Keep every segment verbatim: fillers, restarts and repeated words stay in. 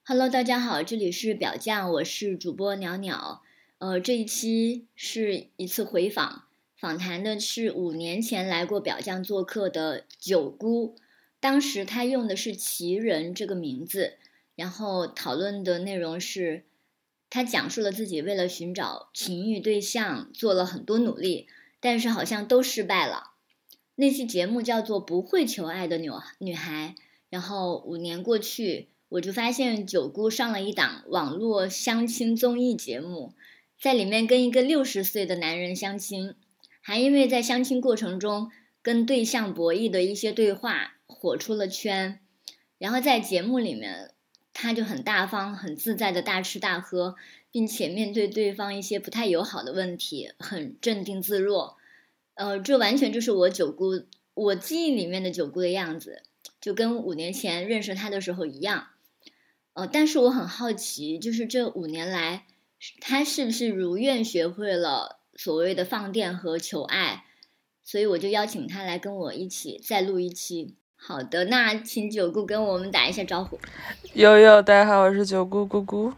Hello，大家好，这里是表酱，我是主播鸟鸟。呃，这一期是一次回访，访谈的是五年前来过表酱做客的九姑，当时她用的是奇人这个名字，然后讨论的内容是，她讲述了自己为了寻找情欲对象做了很多努力，但是好像都失败了。那期节目叫做《不会求爱的女女孩》，然后五年过去。我就发现九姑上了一档网络相亲综艺节目，在里面跟一个六十岁的男人相亲，还因为在相亲过程中跟对象博弈的一些对话火出了圈。然后在节目里面，他就很大方很自在的大吃大喝，并且面对对方一些不太友好的问题很镇定自若。呃，这完全就是我九姑我记忆里面的九姑的样子，就跟五年前认识他的时候一样。呃，但是我很好奇，就是这五年来，他是不是如愿学会了所谓的放电和求爱？所以我就邀请他来跟我一起再录一期。好的，那请九姑跟我们打一下招呼。 呦呦，大家好，我是九姑姑姑。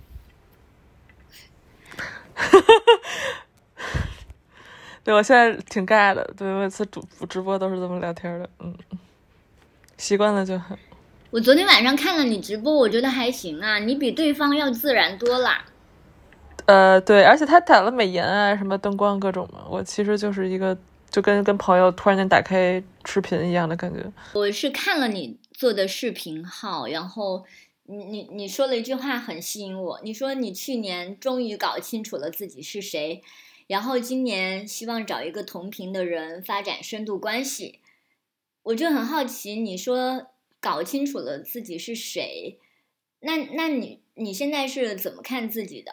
对，我现在挺尬的，对，每次主直播都是这么聊天的，嗯，习惯了就好。 我昨天晚上看了你直播，我觉得还行啊，你比对方要自然多啦。 呃，对，而且他打了美颜啊，什么灯光各种嘛，我其实就是一个就跟跟朋友突然间打开视频一样的感觉。 我是看了你做的视频号，然后你你你说了一句话很吸引我，你说你去年终于搞清楚了自己是谁，然后今年希望找一个同频的人发展深度关系。我就很好奇，你说搞清楚了自己是谁，那那你你现在是怎么看自己的？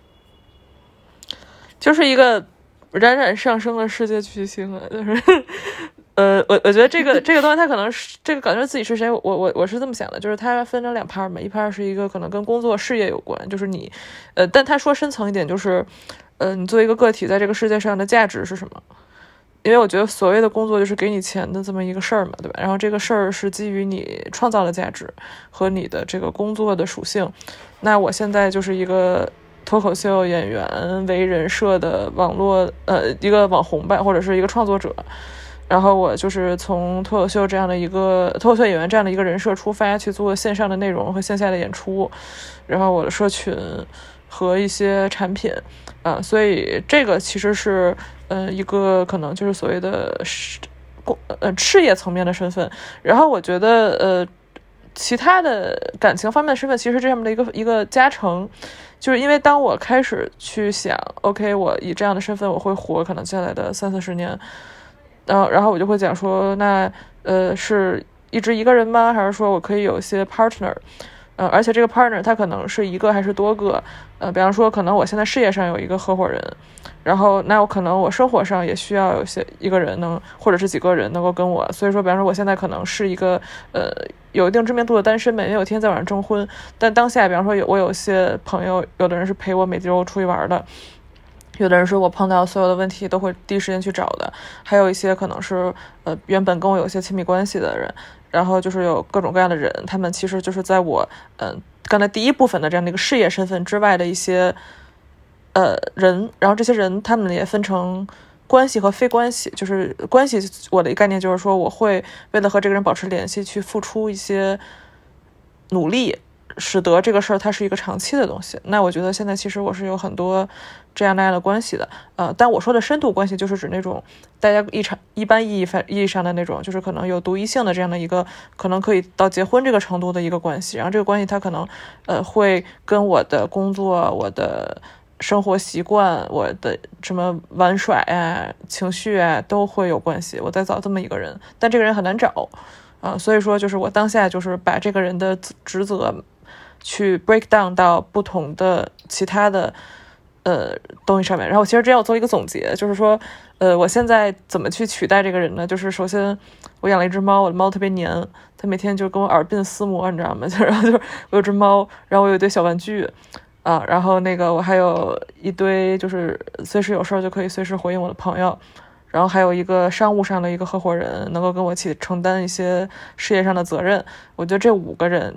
就是一个冉冉上升的世界巨星啊，就是呃，我我觉得这个这个东西，它可能是这个感觉自己是谁，我我我是这么想的，就是它分成两 part 嘛，一 part 是一个可能跟工作事业有关，就是你呃，但他说深层一点，就是呃，你作为一个个体在这个世界上的价值是什么？因为我觉得所谓的工作就是给你钱的这么一个事儿嘛，对吧？然后这个事儿是基于你创造的价值和你的这个工作的属性。那我现在就是一个脱口秀演员为人设的网络呃一个网红吧，或者是一个创作者。然后我就是从脱口秀这样的一个脱口秀演员这样的一个人设出发去做线上的内容和线下的演出，然后我的社群和一些产品啊、呃，所以这个其实是呃一个可能就是所谓的呃事业层面的身份。然后我觉得呃其他的感情方面的身份其实是这样的一个一个加成。就是因为当我开始去想 OK 我以这样的身份我会活可能接下来的三四十年，然后然后我就会讲说那呃是一直一个人吗？还是说我可以有一些 partner， 呃而且这个 partner 他可能是一个还是多个，呃比方说可能我现在事业上有一个合伙人，然后那我可能我生活上也需要有些一个人能或者是几个人能够跟我，所以说比方说我现在可能是一个呃有一定知名度的单身，每天有天在晚上征婚，但当下比方说有我有些朋友，有的人是陪我每周出去玩的，有的人是我碰到所有的问题都会第一时间去找的，还有一些可能是呃原本跟我有些亲密关系的人，然后就是有各种各样的人，他们其实就是在我嗯、呃、刚才第一部分的这样的一个事业身份之外的一些呃人，然后这些人他们也分成关系和非关系，就是关系我的概念就是说我会为了和这个人保持联系去付出一些努力，使得这个事儿它是一个长期的东西。那我觉得现在其实我是有很多这样那样的关系的，呃，但我说的深度关系就是指那种大家一场一般意义意义上的那种，就是可能有独一性的这样的一个，可能可以到结婚这个程度的一个关系。然后这个关系它可能呃会跟我的工作、我的生活习惯、我的什么玩耍啊、情绪啊都会有关系。我在找这么一个人，但这个人很难找啊、呃，所以说就是我当下就是把这个人的职责去 break down 到不同的其他的呃东西上面。然后其实这样我做了一个总结，就是说呃我现在怎么去取代这个人呢？就是首先我养了一只猫，我的猫特别黏，它每天就跟我耳鬓厮磨，你知道吗？然后就是我有只猫，然后我有一堆小玩具啊，然后那个我还有一堆就是随时有事儿就可以随时回应我的朋友，然后还有一个商务上的一个合伙人能够跟我一起承担一些事业上的责任。我觉得这五个人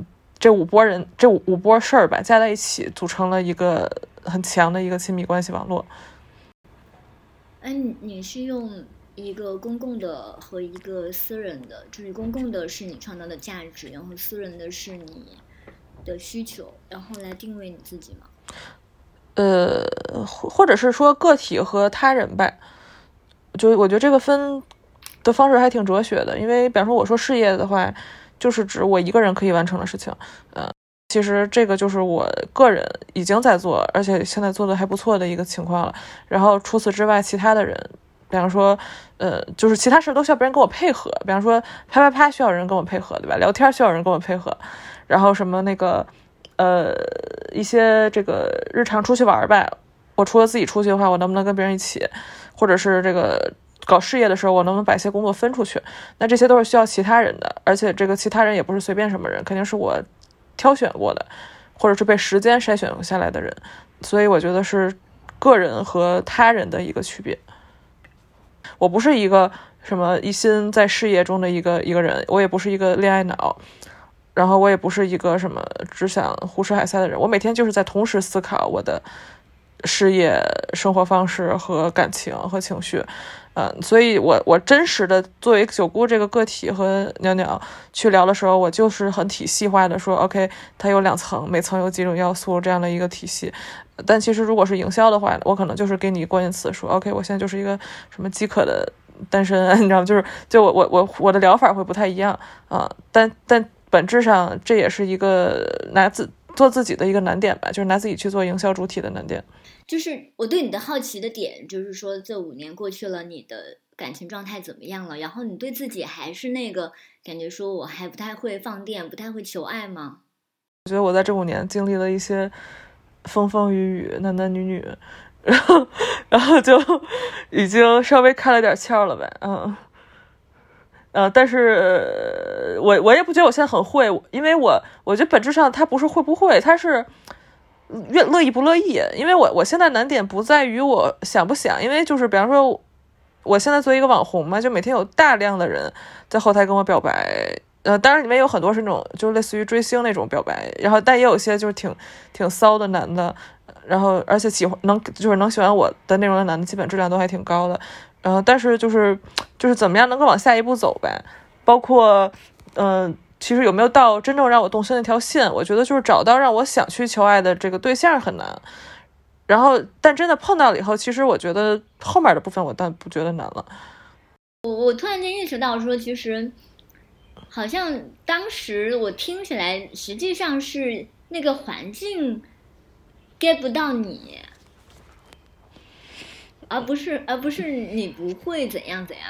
这五波人这五五波事儿吧加在一起，组成了一个很强的一个亲密关系网络。 哎，你是用一个公共的和一个私人的，就是公共的是你创造的价值，然后私人的是你的需求，然后来定位你自己吗？ 呃，或者是说个体和他人吧，就我觉得这个分的方式还挺哲学的。因为比方说我说事业的话，就是指我一个人可以完成的事情，呃，其实这个就是我个人已经在做，而且现在做的还不错的一个情况了。然后除此之外，其他的人，比方说，呃，就是其他事都需要别人跟我配合，比方说啪啪啪需要人跟我配合，对吧？聊天需要人跟我配合，然后什么那个。呃，一些这个日常出去玩吧，我除了自己出去的话，我能不能跟别人一起，或者是这个搞事业的时候，我能不能把一些工作分出去？那这些都是需要其他人的，而且这个其他人也不是随便什么人，肯定是我挑选过的，或者是被时间筛选下来的人。所以我觉得是个人和他人的一个区别。我不是一个什么一心在事业中的一个一个人，我也不是一个恋爱脑。然后我也不是一个什么只想胡吃海塞的人，我每天就是在同时思考我的事业、生活方式和感情和情绪，嗯，所以我我真实的作为九姑这个个体和鸟鸟去聊的时候，我就是很体系化的说 ，OK， 它有两层，每层有几种要素这样的一个体系。但其实如果是营销的话，我可能就是给你关键词说 ，OK， 我现在就是一个什么饥渴的单身，你知道吗？就是就我我我我的疗法会不太一样啊、呃，但但。本质上这也是一个拿自做自己的一个难点吧，就是拿自己去做营销主体的难点。 就是我对你的好奇的点，就是说这五年过去了，你的感情状态怎么样了？然后你对自己还是那个感觉说我还不太会放电，不太会求爱吗？ 我觉得我在这五年经历了一些风风雨雨、男男女女，然后然后就已经稍微开了点窍了呗，嗯。呃，但是我我也不觉得我现在很会，因为我我觉得本质上它不是会不会，它是越乐意不乐意。因为我我现在难点不在于我想不想，因为就是比方说我现在作为一个网红嘛，就每天有大量的人在后台跟我表白，呃，当然里面有很多是那种就是类似于追星那种表白，然后但也有些就是挺挺骚的男的，然后而且喜欢能就是能喜欢我的内容的男的，基本质量都还挺高的。然后，但是就是就是怎么样能够往下一步走呗？包括，嗯、呃，其实有没有到真正让我动心的那条线？我觉得就是找到让我想去求爱的这个对象很难。然后，但真的碰到了以后，其实我觉得后面的部分我倒不觉得难了。 我我突然间意识到说，其实好像当时我听起来，实际上是那个环境 get 不到你。而不是而不是你不会怎样怎样。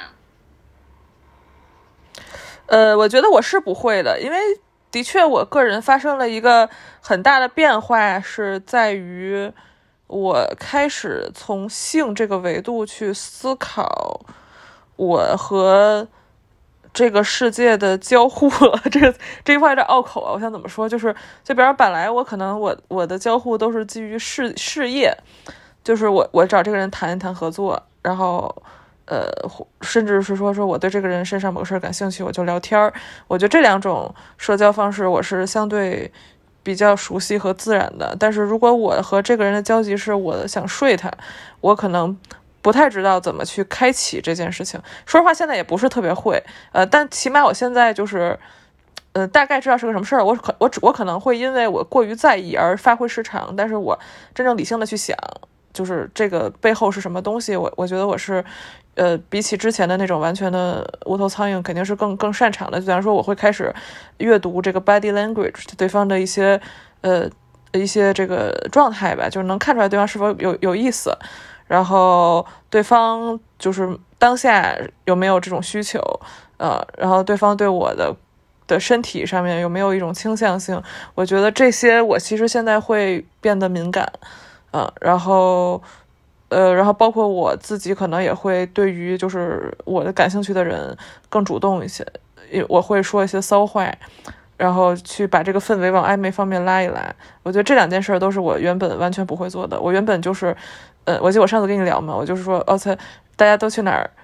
呃，我觉得我是不会的，因为的确我个人发生了一个很大的变化，是在于我开始从性这个维度去思考我和这个世界的交互。这个这句话有点拗口啊，我想怎么说？就是就比方本来我可能我我的交互都是基于事事业。就是我，我找这个人谈一谈合作，然后，呃，甚至是说说我对这个人身上某个事儿感兴趣，我就聊天儿。我觉得这两种社交方式我是相对比较熟悉和自然的。但是如果我和这个人的交集是我想睡他，我可能不太知道怎么去开启这件事情。说实话，现在也不是特别会，呃，但起码我现在就是。呃，大概知道是个什么事儿，我可我我可能会因为我过于在意而发挥失常，但是我真正理性的去想。就是这个背后是什么东西，我我觉得我是，呃，比起之前的那种完全的无头苍蝇，肯定是更更擅长的。就比方说，我会开始阅读这个 body language， 对方的一些呃一些这个状态吧，就是能看出来对方是否有有意思，然后对方就是当下有没有这种需求，呃，然后对方对我的的身体上面有没有一种倾向性，我觉得这些我其实现在会变得敏感。嗯，然后，呃，然后包括我自己可能也会对于就是我的感兴趣的人更主动一些，我会说一些骚话，然后去把这个氛围往暧昧方面拉一拉。我觉得这两件事都是我原本完全不会做的。我原本就是，呃，我记得我上次跟你聊嘛，我就是说，哦塞，大家都去哪儿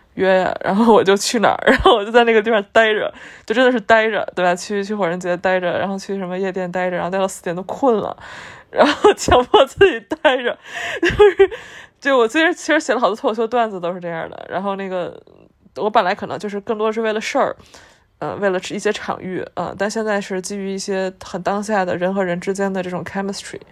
约呀，然后我就去哪儿，然后我就在那个地方待着，就真的是待着，对吧？去去火人节待着，然后去什么夜店待着，然后待到四点都困了，然后强迫自己待着，就是就我其实其实写了好多脱口秀段子都是这样的。然后那个我本来可能就是更多是为了事儿，呃，为了一些场域，呃，但现在是基于一些很当下的人和人之间的这种 chemistry。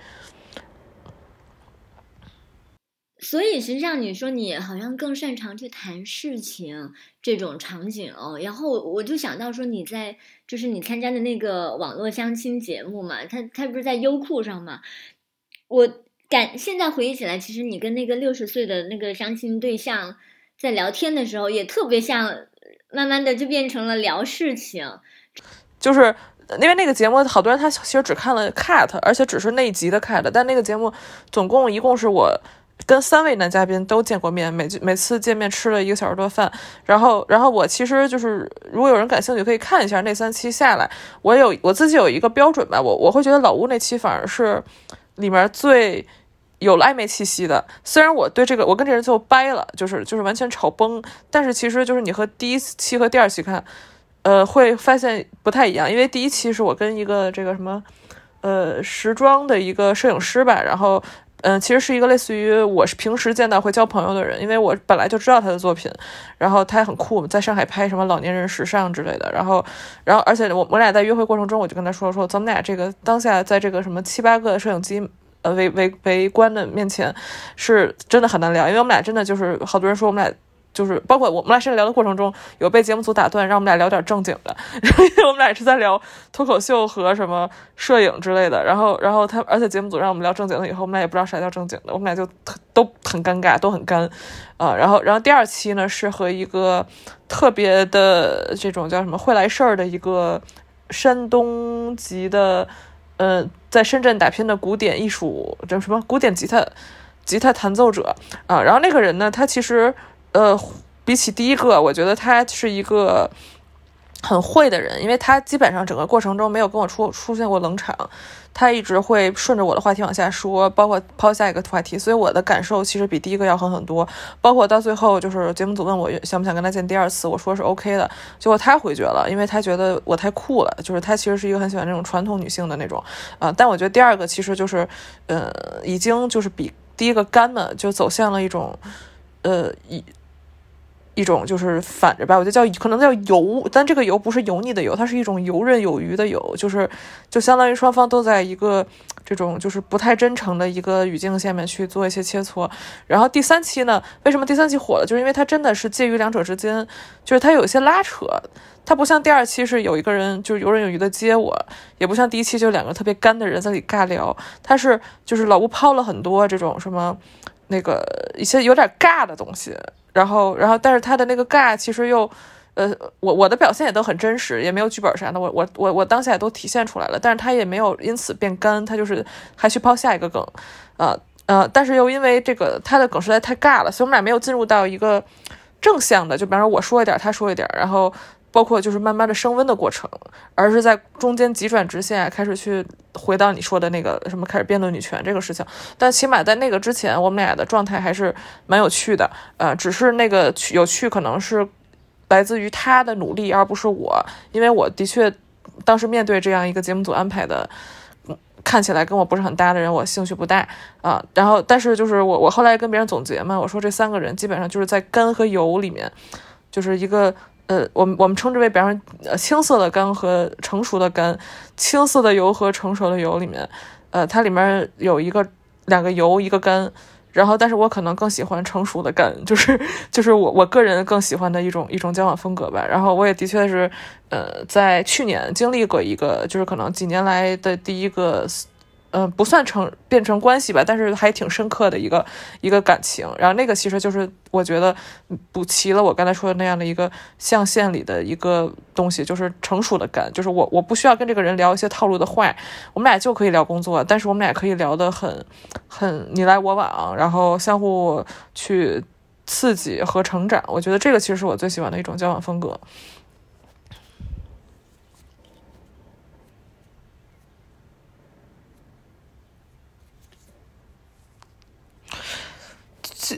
所以实际上你说你好像更擅长去谈事情这种场景哦，然后我就想到说你在就是你参加的那个网络相亲节目嘛，它它不是在优酷上嘛，我感现在回忆起来，其实你跟那个六十岁的那个相亲对象在聊天的时候，也特别像，慢慢的就变成了聊事情， 就是因为那个节目好多人他其实只看了 cut， 而且只是那一集的 cut， 但那个节目总共一共是我跟三位男嘉宾都见过面，每每次见面吃了一个小时多饭，然后然后我其实就是如果有人感兴趣可以看一下那三期下来，我有我自己有一个标准吧，我我会觉得老吴那期反而是里面最有了暧昧气息的。虽然我对这个我跟这人最后掰了，就是就是完全吵崩，但是其实就是你和第一期和第二期看呃，会发现不太一样，因为第一期是我跟一个这个什么，呃，时装的一个摄影师吧，然后，嗯、呃，其实是一个类似于我是平时见到会交朋友的人，因为我本来就知道他的作品，然后他很酷，在上海拍什么老年人时尚之类的，然后，然后而且我我俩在约会过程中，我就跟他说说，咱们俩这个当下在这个什么七八个摄影机。呃，围围围观的面前，是真的很难聊，因为我们俩真的就是好多人说我们俩。就是包括我们俩甚至聊的过程中，有被节目组打断，让我们俩聊点正经的，因为我们俩是在聊脱口秀和什么摄影之类的。然后，然后他，而且节目组让我们聊正经的，以后我们俩也不知道啥叫正经的，我们俩就都很尴尬，都很干啊、呃。然后，然后第二期呢是和一个特别的这种叫什么会来事儿的一个山东籍的，呃，在深圳打拼的古典艺术，这什么古典吉他吉他弹奏者啊、呃。然后那个人呢，他其实。呃，比起第一个，我觉得他是一个很会的人，因为他基本上整个过程中没有跟我出出现过冷场，他一直会顺着我的话题往下说，包括抛下一个话题，所以我的感受其实比第一个要狠很多。包括到最后，就是节目组问我想不想跟他见第二次，我说是 OK 的，结果他回绝了，因为他觉得我太酷了，就是他其实是一个很喜欢那种传统女性的那种啊、呃。但我觉得第二个其实就是，呃，已经就是比第一个干了，就走向了一种，呃，一。一种就是反着吧，我就叫可能叫油，但这个油不是油腻的油，它是一种游刃有余的油，就是就相当于双方都在一个这种就是不太真诚的一个语境下面去做一些切磋。然后第三期呢，为什么第三期火了？就是因为它真的是介于两者之间，就是它有一些拉扯，它不像第二期是有一个人就是游刃有余的接我，也不像第一期就两个特别干的人在里尬聊，它是就是老吴抛了很多这种什么那个一些有点尬的东西。然后，然后，但是他的那个尬其实又，呃，我我的表现也都很真实，也没有剧本啥的，我我我我当下也都体现出来了，但是他也没有因此变干，他就是还去抛下一个梗，呃呃，但是又因为这个他的梗实在太尬了，所以我们俩没有进入到一个正向的，就比方说我说一点，他说一点，然后包括就是慢慢的升温的过程，而是在中间急转直下，开始去回到你说的那个什么开始辩论女权这个事情。但起码在那个之前，我们俩的状态还是蛮有趣的，呃，只是那个有趣可能是来自于他的努力，而不是我，因为我的确当时面对这样一个节目组安排的。看起来跟我不是很搭的人，我兴趣不大啊。然后，但是就是我，我后来跟别人总结嘛，我说这三个人基本上就是在干和油里面，就是一个呃，我们我们称之为，比方说呃青涩的干和成熟的干，青涩的油和成熟的油里面，呃，它里面有一个两个油一个干。然后，但是我可能更喜欢成熟的干，就是就是我我个人更喜欢的一种一种交往风格吧。然后我也的确是，呃，在去年经历过一个，就是可能几年来的第一个，嗯、呃，不算成变成关系吧，但是还挺深刻的一个一个感情。然后那个其实就是我觉得补齐了我刚才说的那样的一个象限里的一个东西，就是成熟的干，就是我我不需要跟这个人聊一些套路的话，我们俩就可以聊工作，但是我们俩可以聊得很很你来我往，然后相互去刺激和成长。我觉得这个其实是我最喜欢的一种交往风格。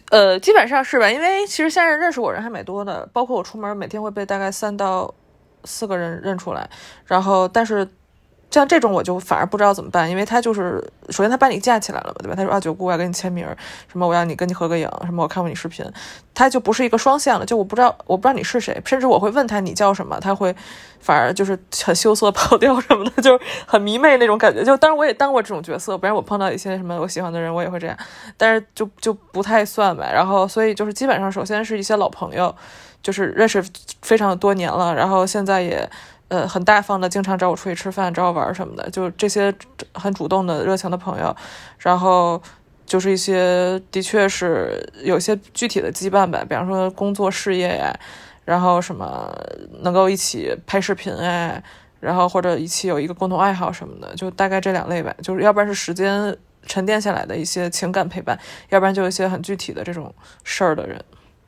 呃，基本上是吧，因为其实现在认识我人还蛮多的，包括我出门每天会被大概三到四个人认出来，然后但是像这种我就反而不知道怎么办，因为他就是首先他把你架起来了嘛，对吧？他说啊九姑我要跟你签名，什么我要你跟你合个影，什么我看过你视频，他就不是一个双向的，就我不知道我不知道你是谁，甚至我会问他你叫什么，他会反而就是很羞涩跑掉什么的，就是很迷妹那种感觉。就当然我也当过这种角色，不然我碰到一些什么我喜欢的人我也会这样，但是就就不太算吧。然后所以就是基本上首先是一些老朋友，就是认识非常多年了，然后现在也呃很大方的经常找我出去吃饭找我玩什么的，就这些很主动的热情的朋友，然后就是一些的确是有些具体的羁绊吧，比方说工作事业呀，然后什么能够一起拍视频哎，然后或者一起有一个共同爱好什么的，就大概这两类吧，就是要不然是时间沉淀下来的一些情感陪伴，要不然就一些很具体的这种事儿的人。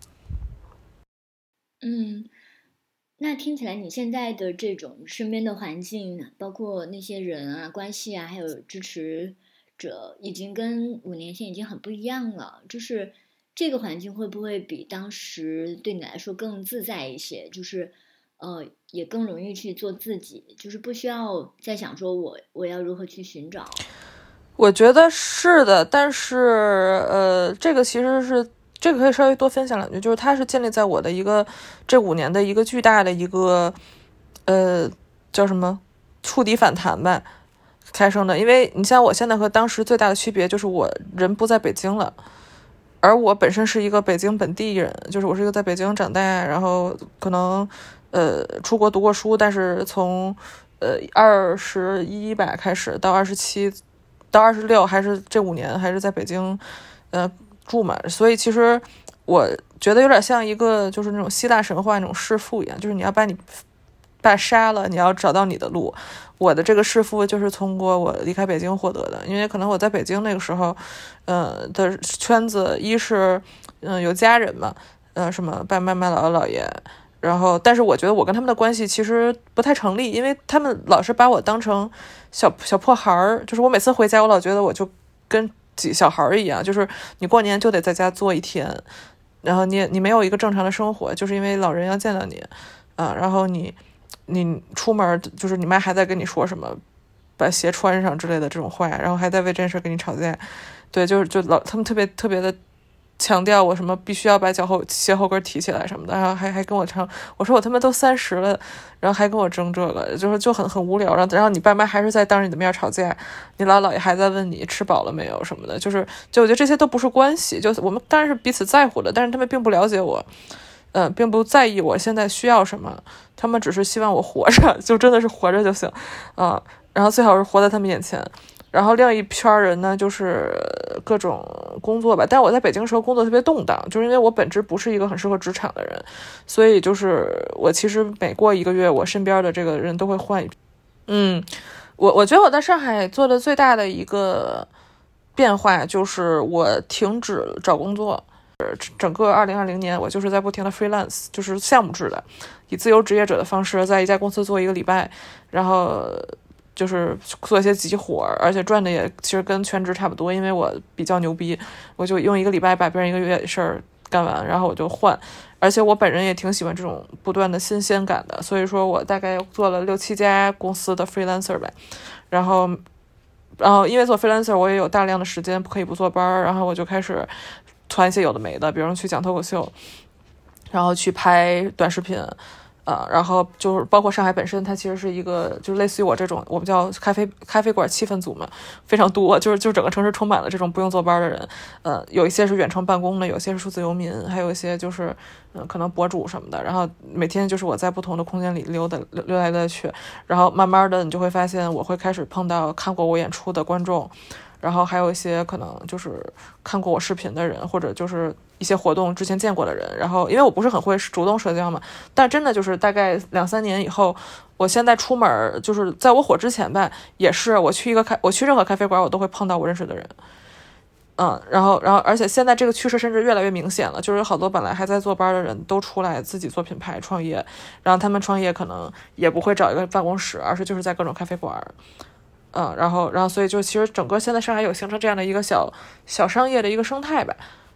嗯，那听起来你现在的这种身边的环境，包括那些人啊、关系啊，还有支持者，已经跟五年前已经很不一样了。就是这个环境会不会比当时对你来说更自在一些？就是呃，也更容易去做自己，就是不需要再想说我我要如何去寻找。 我觉得是的，但是呃，这个其实是这个可以稍微多分享两句，就是它是建立在我的一个这五年的一个巨大的一个呃叫什么触底反弹吧开生的。因为你像我现在和当时最大的区别就是我人不在北京了，而我本身是一个北京本地人，就是我是一个在北京长大，然后可能呃出国读过书，但是从呃二十一吧开始到二十七。到二十六还是这五年还是在北京呃住嘛，所以其实我觉得有点像一个就是那种希腊神话那种弑父一样，就是你要把你爸杀了，你要找到你的路。我的这个弑父就是通过我离开北京获得的，因为可能我在北京那个时候呃的圈子，一是嗯、呃、有家人嘛，呃什么爸爸妈妈姥姥姥爷，然后但是我觉得我跟他们的关系其实不太成立，因为他们老是把我当成小小破孩儿，就是我每次回家我老觉得我就跟几小孩儿一样，就是你过年就得在家坐一天，然后你你没有一个正常的生活，就是因为老人要见到你啊，然后你你出门就是你妈还在跟你说什么把鞋穿上之类的这种话，然后还在为这件事跟你吵架。对，就是就老他们特别特别的强调我什么必须要把脚后鞋后跟提起来什么的，然后还还跟我唱，我说我他妈都三十了，然后还跟我争这个，就是就很很无聊。然后然后你爸妈还是在当着你的面吵架，你姥姥爷还在问你吃饱了没有什么的，就是就我觉得这些都不是关系，就是我们当然是彼此在乎的，但是他们并不了解我，呃，并不在意我现在需要什么，他们只是希望我活着，就真的是活着就行啊、呃，然后最好是活在他们眼前。然后另一圈人呢，就是各种工作吧。但是我在北京的时候工作特别动荡，就是因为我本质不是一个很适合职场的人，所以就是我其实每过一个月，我身边的这个人都会换一批。嗯，我我觉得我在上海做的最大的一个变化就是我停止找工作。整个二零二零年，我就是在不停的 freelance， 就是项目制的，以自由职业者的方式，在一家公司做一个礼拜，然后就是做一些急活，而且赚的也其实跟全职差不多，因为我比较牛逼，我就用一个礼拜把别人一个月的事儿干完，然后我就换，而且我本人也挺喜欢这种不断的新鲜感的，所以说我大概做了六七家公司的 freelancer 吧，然后然后因为做 freelancer 我也有大量的时间可以不做班，然后我就开始团一些有的没的，比如去讲脱口秀，然后去拍短视频。呃，然后就是包括上海本身，它其实是一个就是类似于我这种我们叫咖啡咖啡馆气氛组嘛，非常多，就是就是整个城市充满了这种不用坐班的人，呃，有一些是远程办公的，有些是数字游民，还有一些就是嗯、呃、可能博主什么的，然后每天就是我在不同的空间里溜达溜溜来溜去，然后慢慢的你就会发现我会开始碰到看过我演出的观众。然后还有一些可能就是看过我视频的人，或者就是一些活动之前见过的人。然后因为我不是很会主动社交嘛，但真的就是大概两三年以后，我现在出门就是在我火之前吧，也是我去一个咖，我去任何咖啡馆，我都会碰到我认识的人。嗯，然后然后而且现在这个趋势甚至越来越明显了，就是有好多本来还在坐班的人都出来自己做品牌创业，然后他们创业可能也不会找一个办公室，而是就是在各种咖啡馆。嗯，然后，然后，所以就其实整个现在上海有形成这样的一个小小商业的一个生态吧，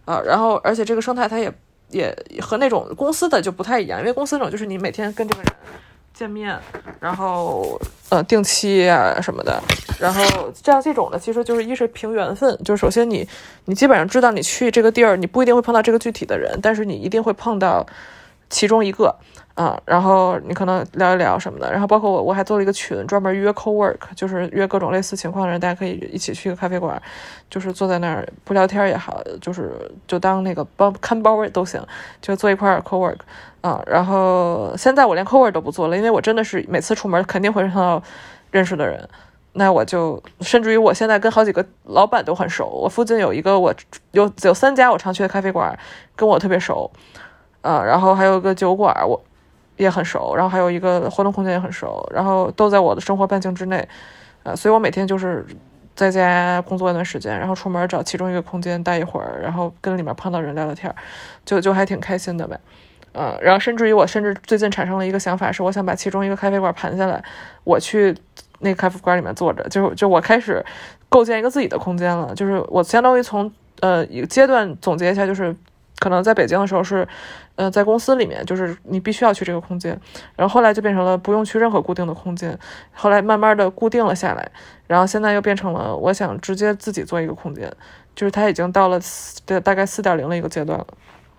啊，然后而且这个生态它也也和那种公司的就不太一样，因为公司那种就是你每天跟这个人见面，然后呃定期啊什么的，然后这样这种的其实就是一是凭缘分，就是首先你你基本上知道你去这个地儿，你不一定会碰到这个具体的人，但是你一定会碰到其中一个啊、嗯，然后你可能聊一聊什么的，然后包括我我还做了一个群，专门约 co-work， 就是约各种类似情况的人，大家可以一起去一个咖啡馆，就是坐在那儿不聊天也好，就是就当那个帮看包位都行，就坐一块 co-work。啊、嗯，然后现在我连 cowork 都不做了，因为我真的是每次出门肯定会碰到认识的人，那我就甚至于我现在跟好几个老板都很熟，我附近有一个我有有三家我常去的咖啡馆跟我特别熟，啊、嗯，然后还有一个酒馆我也很熟，然后还有一个活动空间也很熟，然后都在我的生活半径之内，呃，所以我每天就是在家工作一段时间，然后出门找其中一个空间待一会儿，然后跟里面碰到人聊聊天，就就还挺开心的呗。嗯，然后甚至于我甚至最近产生了一个想法，是我想把其中一个咖啡馆盘下来，我去那个咖啡馆里面坐着，就就我开始构建一个自己的空间了。就是我相当于从呃一个阶段总结一下，就是可能在北京的时候是呃在公司里面，就是你必须要去这个空间，然后后来就变成了不用去任何固定的空间，后来慢慢的固定了下来，然后现在又变成了我想直接自己做一个空间，就是它已经到了大概 四点零 的一个阶段了。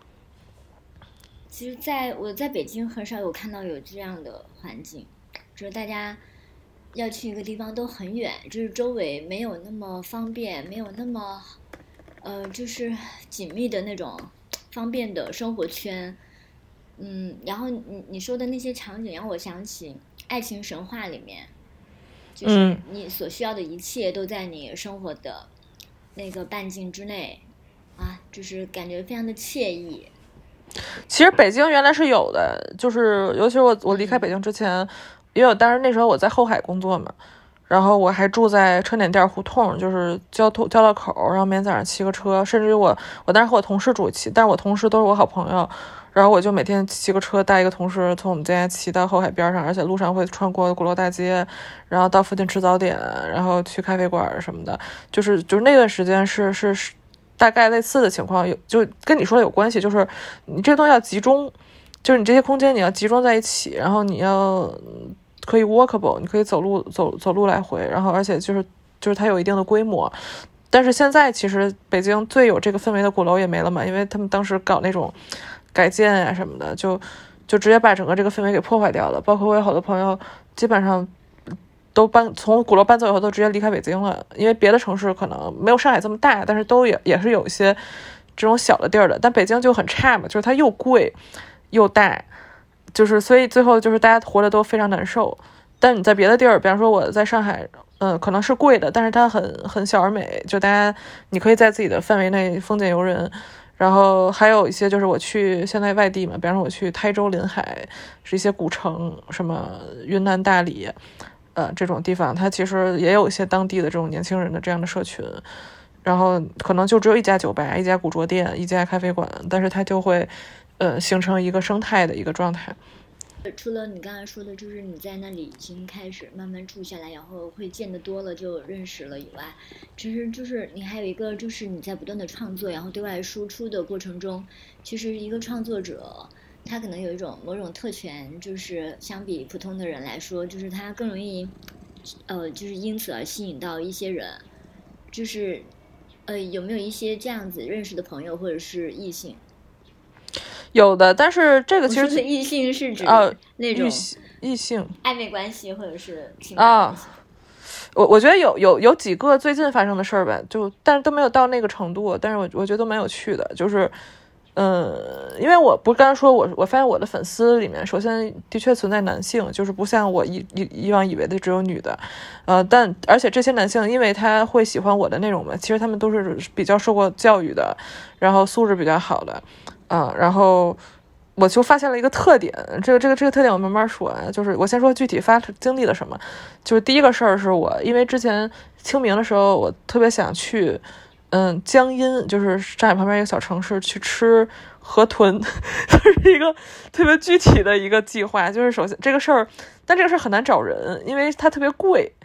其实在我在北京很少有看到有这样的环境，就是大家要去一个地方都很远，就是周围没有那么方便，没有那么呃就是紧密的那种方便的生活圈。嗯，然后你你说的那些场景让我想起爱情神话里面，就是你所需要的一切都在你生活的那个半径之内啊，就是感觉非常的惬意。 其实北京原来是有的，就是尤其是我我离开北京之前，嗯、因为我当时那时候我在后海工作嘛，然后我还住在车碾店胡同，就是交通交道口，然后每天早上骑个车，甚至于我我当时和我同事住一起，但是我同事都是我好朋友，然后我就每天骑个车带一个同事从我们家骑到后海边上，而且路上会穿过鼓楼大街，然后到附近吃早点，然后去咖啡馆什么的，就是就是那段时间是是是。大概类似的情况有，就跟你说的有关系，就是你这个东西要集中，就是你这些空间你要集中在一起，然后你要可以 walkable， 你可以走路走走路来回，然后而且就是就是它有一定的规模。但是现在其实北京最有这个氛围的鼓楼也没了嘛，因为他们当时搞那种改建啊什么的，就就直接把整个这个氛围给破坏掉了。包括我有好多朋友基本上都搬从鼓楼搬走以后都直接离开北京了，因为别的城市可能没有上海这么大，但是都也也是有一些这种小的地儿的，但北京就很差嘛，就是它又贵又大，就是所以最后就是大家活得都非常难受。但你在别的地儿，比方说我在上海，嗯、呃，可能是贵的，但是它很很小而美，就大家你可以在自己的范围内丰俭由人。然后还有一些就是我去现在外地嘛，比方说我去台州临海，是一些古城，什么云南大理。呃，这种地方它其实也有一些当地的这种年轻人的这样的社群，然后可能就只有一家酒吧、一家古着店、一家咖啡馆，但是它就会呃形成一个生态的一个状态。 除了你刚才说的，就是你在那里已经开始慢慢住下来，然后会见得多了就认识了以外，其实就是你还有一个就是你在不断的创作，然后对外输出的过程中，其实一个创作者他可能有一种某种特权，就是相比普通的人来说，就是他更容易呃就是因此而吸引到一些人，就是呃有没有一些这样子认识的朋友或者是异性？ 有的，但是这个其实异性是指那种异性暧昧关系或者是情感关系。 我我觉得有有有几个最近发生的事儿吧，就但是都没有到那个程度，但是我我觉得都蛮有趣的，就是嗯，因为我不是刚刚说我我发现我的粉丝里面，首先的确存在男性，就是不像我以以以往以为的只有女的，呃，但而且这些男性因为他会喜欢我的内容嘛，其实他们都是比较受过教育的，然后素质比较好的。嗯，然后我就发现了一个特点，这个这个这个特点我慢慢说啊，就是我先说具体发经历了什么。就是第一个事儿是我因为之前清明的时候我特别想去嗯江阴，就是上海旁边一个小城市去吃河豚，就是一个特别具体的一个计划。就是首先这个事儿，但这个事儿很难找人，因为它特别贵。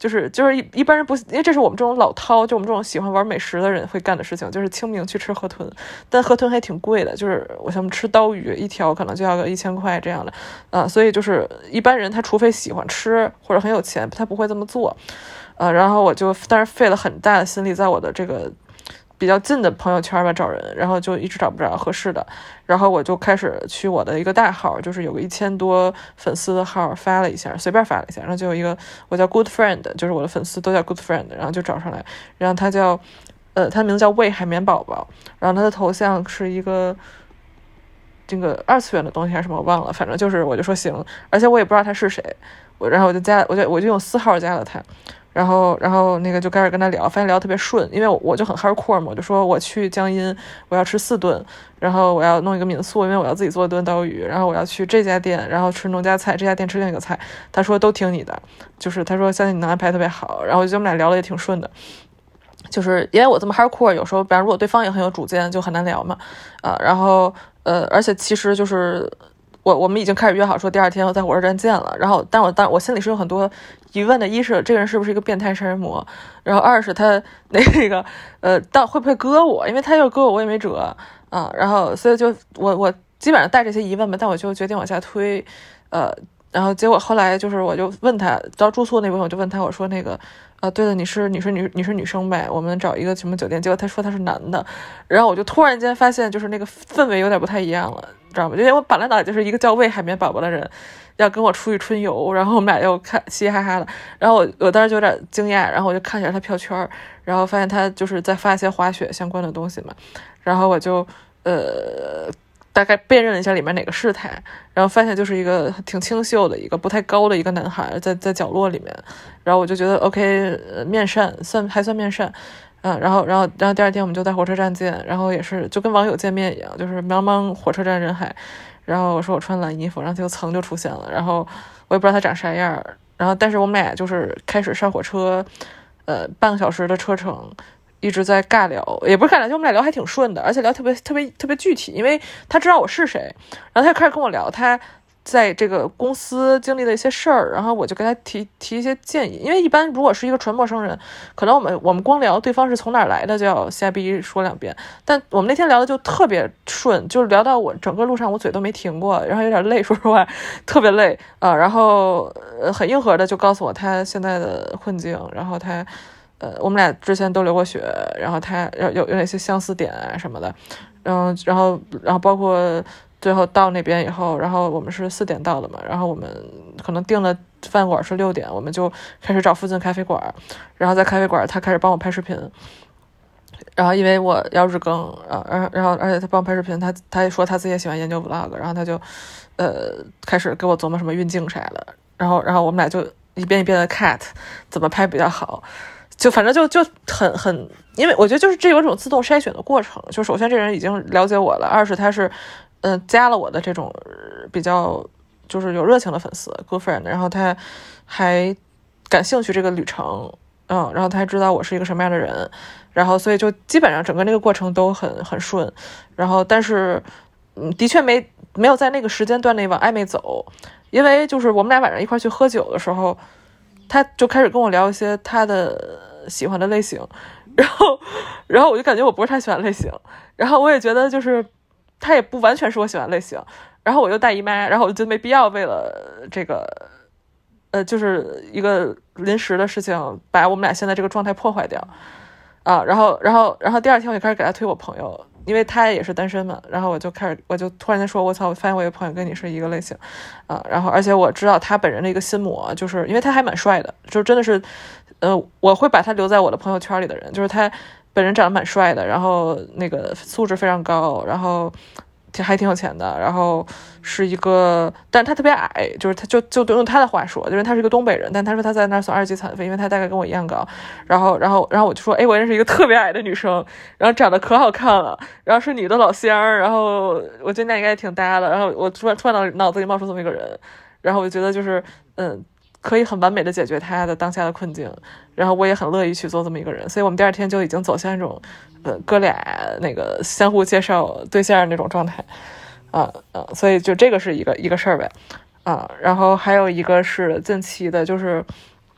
就是就是一一般人不，因为这是我们这种老饕，就我们这种喜欢玩美食的人会干的事情，就是清明去吃河豚，但河豚还挺贵的，就是我想吃刀鱼一条可能就要个一千块这样的，啊、呃，所以就是一般人他除非喜欢吃或者很有钱，他不会这么做，呃，然后我就但是费了很大的心力在我的这个比较近的朋友圈吧找人，然后就一直找不着合适的，然后我就开始去我的一个大号，就是有个一千多粉丝的号发了一下，随便发了一下，然后就有一个我叫 Good Friend， 就是我的粉丝都叫 Good Friend， 然后就找上来，然后他叫呃他名字叫喂海绵宝宝，然后他的头像是一个这个二次元的东西还是什么我忘了，反正就是我就说行，而且我也不知道他是谁，我然后我就加我就我就用私号加了他。然后，然后那个就开始跟他聊，发现聊特别顺，因为我我就很 hardcore 嘛，我就说我去江阴，我要吃四顿，然后我要弄一个民宿，因为我要自己做一顿刀鱼，然后我要去这家店，然后吃农家菜，这家店吃另一个菜，他说都听你的，就是他说相信你能安排特别好，然后我觉得我们俩聊的也挺顺的，就是因为我这么 hardcore， 有时候比方如果对方也很有主见，就很难聊嘛，啊、呃，然后呃，而且其实就是。我我们已经开始约好说第二天要在火车站见了，然后但我当我心里是有很多疑问的，一是这个人是不是一个变态杀人魔，然后二是他那个呃到会不会割我，因为他要割我我也没辙啊，然后所以就我我基本上带这些疑问吧，但我就决定往下推，呃，然后结果后来就是我就问他到住宿那部分，我就问他我说那个啊对了你是你是女你是女生呗，我们找一个什么酒店，结果他说他是男的，然后我就突然间发现就是那个氛围有点不太一样了。知道吗？因为我本来呢就是一个叫喂海绵宝宝的人，要跟我出去春游，然后我们俩又看嘻嘻哈哈的，然后我我当时就有点惊讶，然后我就看一下他票圈，然后发现他就是在发一些滑雪相关的东西嘛，然后我就呃大概辨认了一下里面哪个是他，然后发现就是一个挺清秀的一个不太高的一个男孩在在角落里面，然后我就觉得 OK，呃、面善算还算面善。嗯，然后，然后，然后第二天我们就在火车站见，然后也是就跟网友见面一样，就是茫茫火车站人海，然后我说我穿蓝衣服，然后他就噌就出现了，然后我也不知道他长啥样，然后但是我们俩就是开始上火车，呃，半个小时的车程，一直在尬聊，也不是尬聊，就我们俩聊还挺顺的，而且聊特别特别特别具体，因为他知道我是谁，然后他就开始跟我聊他。在这个公司经历的一些事儿，然后我就跟他提提一些建议，因为一般如果是一个纯陌生人，可能我们我们光聊对方是从哪儿来的就要瞎逼说两遍，但我们那天聊的就特别顺，就是聊到我整个路上我嘴都没停过，然后有点累，说实话特别累啊、呃，然后呃很硬核的就告诉我他现在的困境，然后他呃我们俩之前都流过血，然后他有有有哪些相似点啊什么的，嗯，然后然后包括。最后到那边以后，然后我们是四点到的嘛，然后我们可能订了饭馆是六点，我们就开始找附近咖啡馆，然后在咖啡馆他开始帮我拍视频，然后因为我要日更啊，然后然后而且他帮我拍视频，他他也说他自己也喜欢研究 vlog， 然后他就呃开始给我琢磨什么运镜啥的，然后然后我们俩就一遍一遍的 cut 怎么拍比较好。就反正就就很很，因为我觉得就是这有一种自动筛选的过程，就首先这人已经了解我了，二是他是嗯、呃、加了我的这种比较就是有热情的粉丝 good friend， 然后他还感兴趣这个旅程，嗯，然后他还知道我是一个什么样的人，然后所以就基本上整个那个过程都很很顺，然后但是嗯的确没没有在那个时间段内往暧昧走，因为就是我们俩晚上一块去喝酒的时候，他就开始跟我聊一些他的喜欢的类型，然后然后我就感觉我不是他喜欢的类型，然后我也觉得就是他也不完全是我喜欢的类型，然后我又大姨妈，然后我就觉得没必要为了这个呃就是一个临时的事情把我们俩现在这个状态破坏掉啊，然后然后然后第二天我就开始给他推我朋友，因为他也是单身嘛，然后我就开始我就突然间说我操，我发现我有朋友跟你是一个类型啊，然后而且我知道他本人的一个心魔，就是因为他还蛮帅的，就真的是呃我会把他留在我的朋友圈里的人，就是他本人长得蛮帅的，然后那个素质非常高，然后还挺有钱的，然后是一个，但他特别矮，就是他就就用他的话说，就是他是一个东北人，但他说他在那儿算二级残废，因为他大概跟我一样高，然后然后然后我就说，哎，我认识一个特别矮的女生，然后长得可好看了，然后是你的老乡，然后我觉得那应该挺搭的，然后我突然突然脑脑子里冒出这么一个人，然后我就觉得就是嗯。可以很完美的解决他的当下的困境，然后我也很乐意去做这么一个人，所以我们第二天就已经走向一种呃哥俩那个相互介绍对象那种状态啊啊，所以就这个是一个一个事儿呗啊，然后还有一个是近期的，就是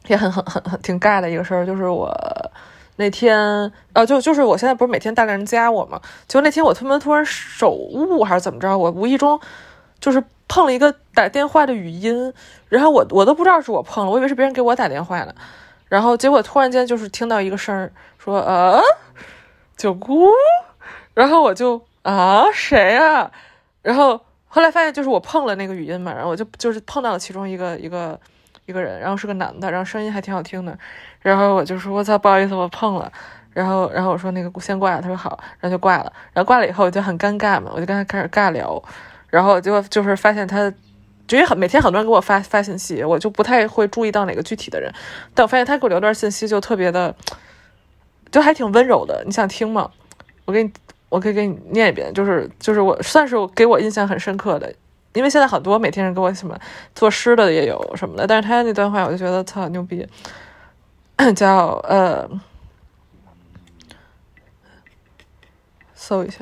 也很很很很挺尬的一个事儿，就是我那天呃就就是我现在不是每天大量人加我嘛，就那天我突然突然手误还是怎么着，我无意中就是碰了一个打电话的语音，然后我我都不知道是我碰了，我以为是别人给我打电话呢，然后结果突然间就是听到一个声儿说呃九姑，然后我就啊谁啊，然后后来发现就是我碰了那个语音嘛，然后我就就是碰到了其中一个一个一个人，然后是个男的，然后声音还挺好听的，然后我就说我操不好意思我碰了，然后然后我说那个先挂了，他说好，然后就挂了，然后挂了以后我就很尴尬嘛，我就跟他开始尬聊，然后结果就是发现他因为很每天很多人给我发发信息，我就不太会注意到哪个具体的人，但我发现他给我留段信息就特别的就还挺温柔的，你想听吗？我给你我可以给你念一遍，就是就是我算是给我印象很深刻的，因为现在很多每天人给我什么作诗的也有什么的，但是他那段话我就觉得操牛逼，叫呃搜一下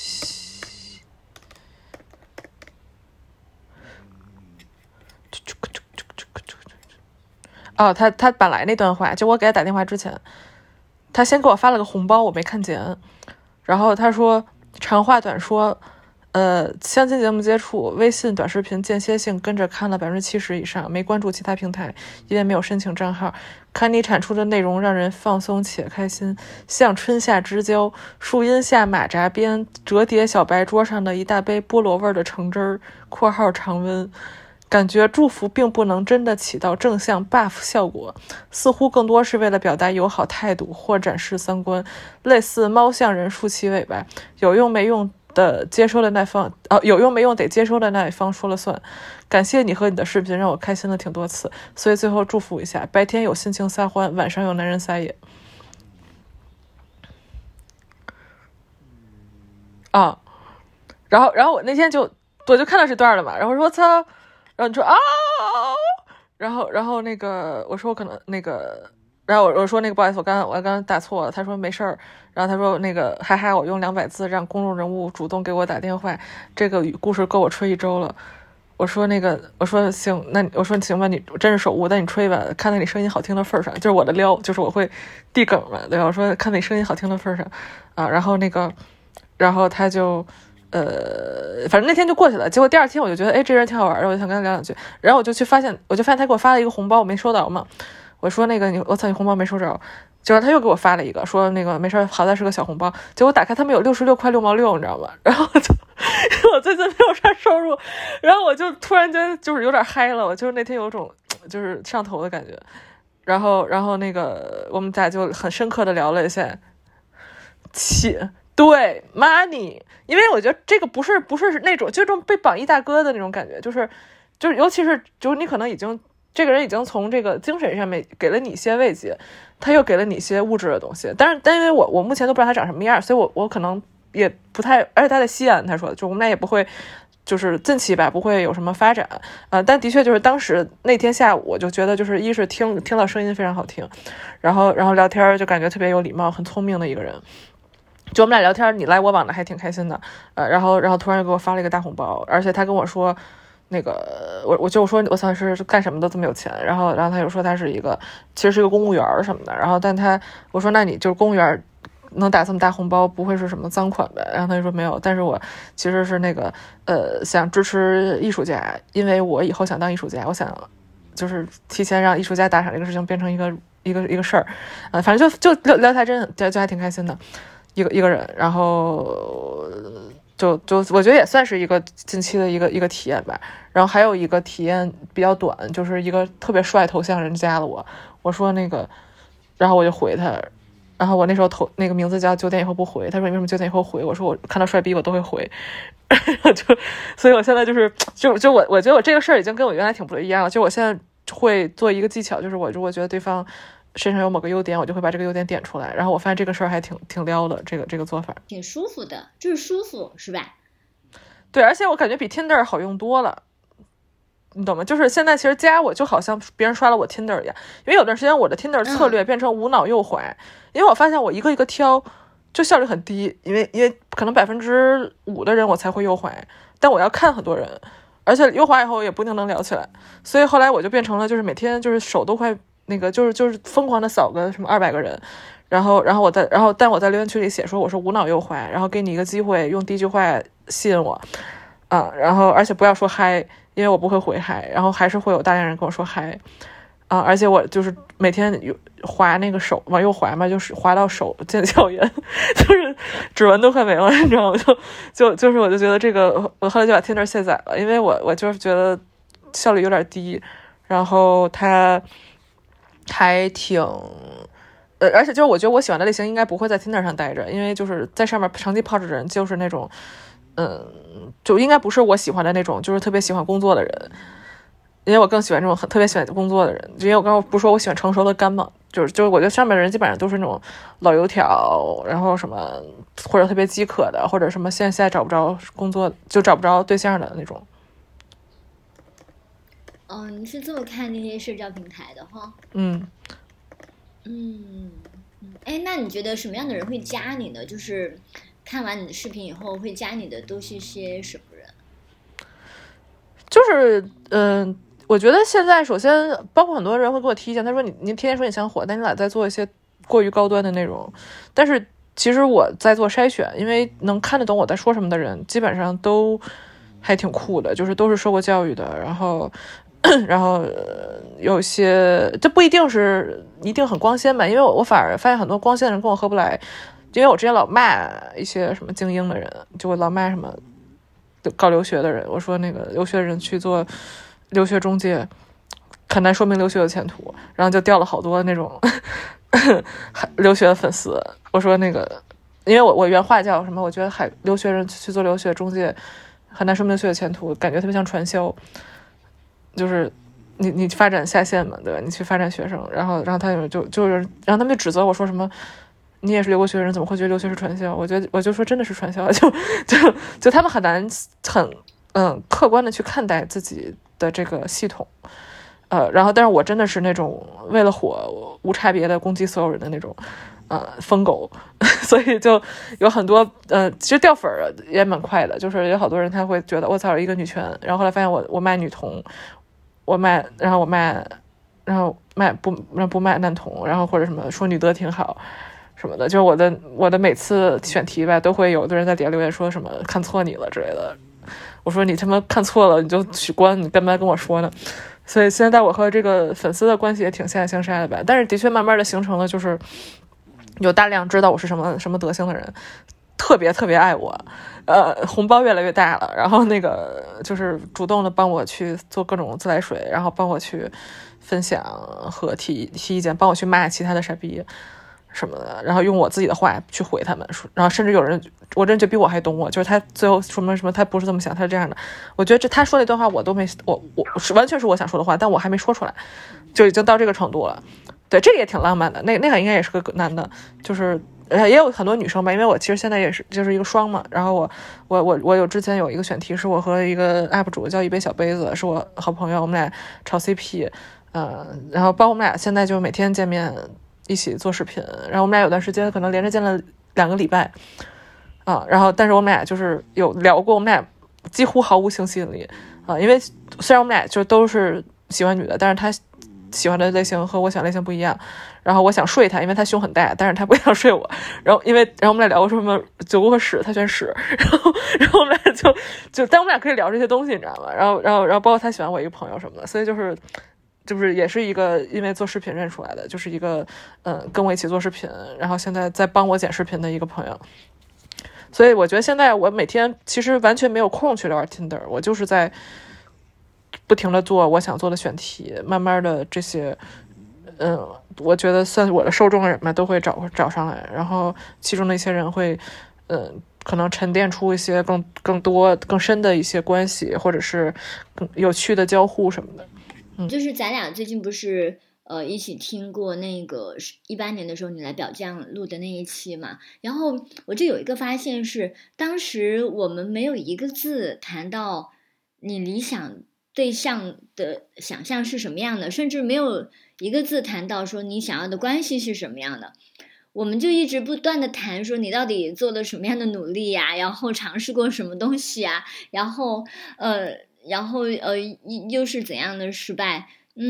哦，他他本来那段话就我给他打电话之前，他先给我发了个红包，我没看见，然后他说长话短说，呃，相亲节目接触，微信短视频间歇性跟着看了百分之七十以上，没关注其他平台，因为没有申请账号。看你产出的内容让人放松且开心，像春夏之交，树荫下马扎边折叠小白桌上的一大杯菠萝味的橙汁儿（括号常温）。感觉祝福并不能真的起到正向 buff 效果，似乎更多是为了表达友好态度或展示三观，类似猫向人竖起尾巴，有用没用的接收的那方，哦，有用没用得接收的那一方说了算。感谢你和你的视频让我开心了挺多次，所以最后祝福一下，白天有心情撒欢，晚上有男人撒野。啊，然后然后我那天就我就看到这段了嘛，然后说操。然后你说啊，然后然后那个我说我可能那个，然后我我说那个不好意思，我刚我刚刚打错了，他说没事儿，然后他说那个还还我用两百字让公众人物主动给我打电话，这个故事够我吹一周了。我说那个我说行，那我说行吧，你真是手误，但你吹吧，看在你声音好听的份上，就是我的撩，就是我会递梗嘛，对吧？我说看在你声音好听的份上啊，然后那个，然后他就。呃，反正那天就过去了。结果第二天我就觉得，哎，这人挺好玩的，我就想跟他聊两句。然后我就去发现，我就发现他给我发了一个红包，我没收到嘛。我说那个你，我操，你红包没收着。结果他又给我发了一个，说那个没事，好歹是个小红包。结果打开他们有六十六块六毛六，你知道吗？然后就我最近没有啥收入，然后我就突然间就是有点嗨了，我就是那天有种就是上头的感觉。然后，然后那个我们俩就很深刻的聊了一下，气。对 money， 因为我觉得这个不是不是那种就这种被绑一大哥的那种感觉，就是就是尤其是就是你可能已经这个人已经从这个精神上面给了你一些慰藉，他又给了你一些物质的东西，但是但因为我我目前都不知道他长什么样，所以我我可能也不太，而且他在西安，他说就我们俩也不会就是近期吧不会有什么发展，呃，但的确就是当时那天下午我就觉得就是一是听听到声音非常好听，然后然后聊天就感觉特别有礼貌很聪明的一个人。就我们俩聊天，你来我往的还挺开心的，呃，然后然后突然又给我发了一个大红包，而且他跟我说，那个我我就说我算是干什么的这么有钱，然后然后他又说他是一个其实是一个公务员什么的，然后但他我说那你就是公务员能打这么大红包，不会是什么赃款呗？然后他就说没有，但是我其实是那个呃想支持艺术家，因为我以后想当艺术家，我想就是提前让艺术家打赏这个事情变成一个一个一个事儿，呃，反正就就聊聊台真就就还挺开心的。一个一个人，然后就就我觉得也算是一个近期的一个一个体验吧。然后还有一个体验比较短，就是一个特别帅头像人加了我，我说那个，然后我就回他，然后我那时候头那个名字叫九点以后不回，他说你为什么九点以后回？我说我看到帅逼我都会回，就所以我现在就是就就我我觉得我这个事儿已经跟我原来挺不一样了，就我现在会做一个技巧，就是我如果觉得对方身上有某个优点，我就会把这个优点点出来，然后我发现这个事儿还挺挺撩的，这个这个做法挺舒服的，就是舒服是吧？ 对，而且我感觉比 Tinder 好用多了，你懂吗？就是现在其实加我就好像别人刷了我 Tinder 一样，因为有段时间我的 Tinder 策略变成无脑右滑，嗯、因为我发现我一个一个挑就效率很低，因为因为可能百分之五的人我才会右滑，但我要看很多人，而且右滑以后也不一定能聊起来，所以后来我就变成了就是每天就是手都快那个就是就是疯狂的扫个什么二百个人，然后然后我在然后但我在留言区里写说我是无脑右滑，然后给你一个机会用第一句话吸引我啊，然后而且不要说嗨，因为我不会回嗨，然后还是会有大量人跟我说嗨啊，而且我就是每天有滑那个手往右滑嘛，就是滑到手腱鞘炎，就是指纹都快没了，你知道吗？就就就是我就觉得这个，我后来就把 Tinder 卸载了，因为我我就是觉得效率有点低，然后它还挺。呃，而且就是我觉得我喜欢的类型应该不会在 Tinder 上待着，因为就是在上面长期泡着的人就是那种，嗯，就应该不是我喜欢的那种，就是特别喜欢工作的人。因为我更喜欢这种很特别喜欢工作的人，因为我刚刚不是说我喜欢成熟的干嘛，就是就是我觉得上面的人基本上都是那种老油条，然后什么或者特别饥渴的，或者什么现在现在找不着工作就找不着对象的那种。 哦，你是这么看那些社交平台的哈？ 嗯嗯，哎，那你觉得什么样的人会加你呢？就是看完你的视频以后会加你的都是些什么人？ 就是嗯。呃我觉得现在首先包括很多人会给我提意见，他说你你天天说你想火，但你俩在做一些过于高端的内容。但是其实我在做筛选，因为能看得懂我在说什么的人基本上都还挺酷的，就是都是受过教育的，然后然后、呃、有些这不一定是一定很光鲜吧，因为我我反而发现很多光鲜的人跟我合不来，因为我之前老骂一些什么精英的人，就我老骂什么搞留学的人，我说那个留学的人去做留学中介很难说明留学有前途，然后就掉了好多那种留学的粉丝。我说那个因为我我原话叫什么，我觉得海留学人去做留学中介很难说明留学有前途，感觉特别像传销，就是你你发展下线嘛，对吧？你去发展学生，然后然后他有就就是然后他们就指责我说什么你也是留过学人，怎么会觉得留学是传销？我觉得我就说真的是传销，就就就他们很难很嗯客观的去看待自己的这个系统，呃，然后但是我真的是那种为了火无差别的攻击所有人的那种呃疯狗，所以就有很多呃其实掉粉儿也蛮快的，就是有好多人他会觉得我操一个女权，然后后来发现我我卖女同，我卖然后我卖然后卖不不卖男同，然后或者什么说女德挺好什么的，就是我的我的每次选题吧，都会有的人在底下留言说什么看错你了之类的。我说你他妈看错了，你就取关，你干嘛跟我说呢？所以现在我和这个粉丝的关系也挺相爱相杀的吧。但是的确慢慢的形成了，就是有大量知道我是什么什么德行的人，特别特别爱我，呃，红包越来越大了，然后那个就是主动的帮我去做各种自来水，然后帮我去分享和提提意见，帮我去骂其他的傻逼什么的，然后用我自己的话去回他们，然后甚至有人，我真觉得比我还懂我，就是他最后说明什么，他不是这么想，他是这样的。我觉得这他说那段话我都没，我我是完全是我想说的话，但我还没说出来，就已经到这个程度了。对，这个也挺浪漫的。那那个应该也是个男的，就是也有很多女生吧，因为我其实现在也是就是一个双嘛。然后我我我我有之前有一个选题，是我和一个 U P 主叫一杯小杯子，是我好朋友，我们俩炒 C P， 呃，然后包括我们俩现在就每天见面。一起做视频，然后我们俩有段时间可能连着见了两个礼拜啊，然后但是我们俩就是有聊过，我们俩几乎毫无性吸引力啊，因为虽然我们俩就都是喜欢女的，但是他喜欢的类型和我想类型不一样，然后我想睡他，因为他胸很大，但是他不想睡我，然后因为然后我们俩聊过什么酒窝和屎，他选屎，然后然后我们俩就就但我们俩可以聊这些东西，你知道吗？然后然后然后包括他喜欢我一个朋友什么的，所以就是就是也是一个因为做视频认出来的，就是一个嗯跟我一起做视频，然后现在在帮我剪视频的一个朋友。所以我觉得现在我每天其实完全没有空去聊 Tinder， 我就是在不停的做我想做的选题，慢慢的这些嗯我觉得算我的受众的人们都会找找上来，然后其中的一些人会嗯可能沉淀出一些更更多更深的一些关系，或者是更有趣的交互什么的。 就是咱俩最近不是呃一起听过那个一八年的时候你来表酱录的那一期嘛，然后我就有一个发现是，当时我们没有一个字谈到你理想对象的想象是什么样的，甚至没有一个字谈到说你想要的关系是什么样的。我们就一直不断的谈说你到底做了什么样的努力呀、啊，然后尝试过什么东西啊，然后呃然后呃又是怎样的失败。嗯，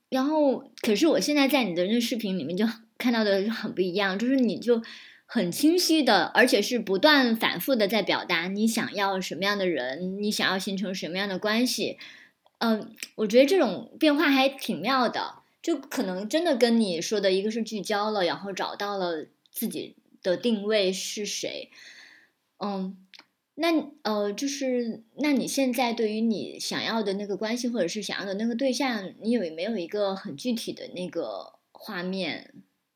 然后可是我现在在你的那视频里面就看到的很不一样，就是你就很清晰的，而且是不断反复的在表达你想要什么样的人，你想要形成什么样的关系。嗯、呃，我觉得这种变化还挺妙的，就可能真的跟你说的一个是聚焦了，然后找到了自己的定位是谁。嗯，那呃，就是那你现在对于你想要的那个关系，或者是想要的那个对象，你有没有一个很具体的那个画面？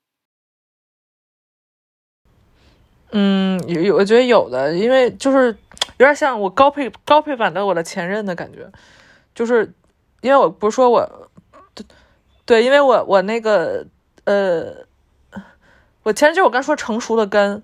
嗯，有有，我觉得有的，因为就是有点像我高配高配版的我的前任的感觉，就是因为我不是说我对对，因为我我那个呃，我前任就是我刚说成熟的根。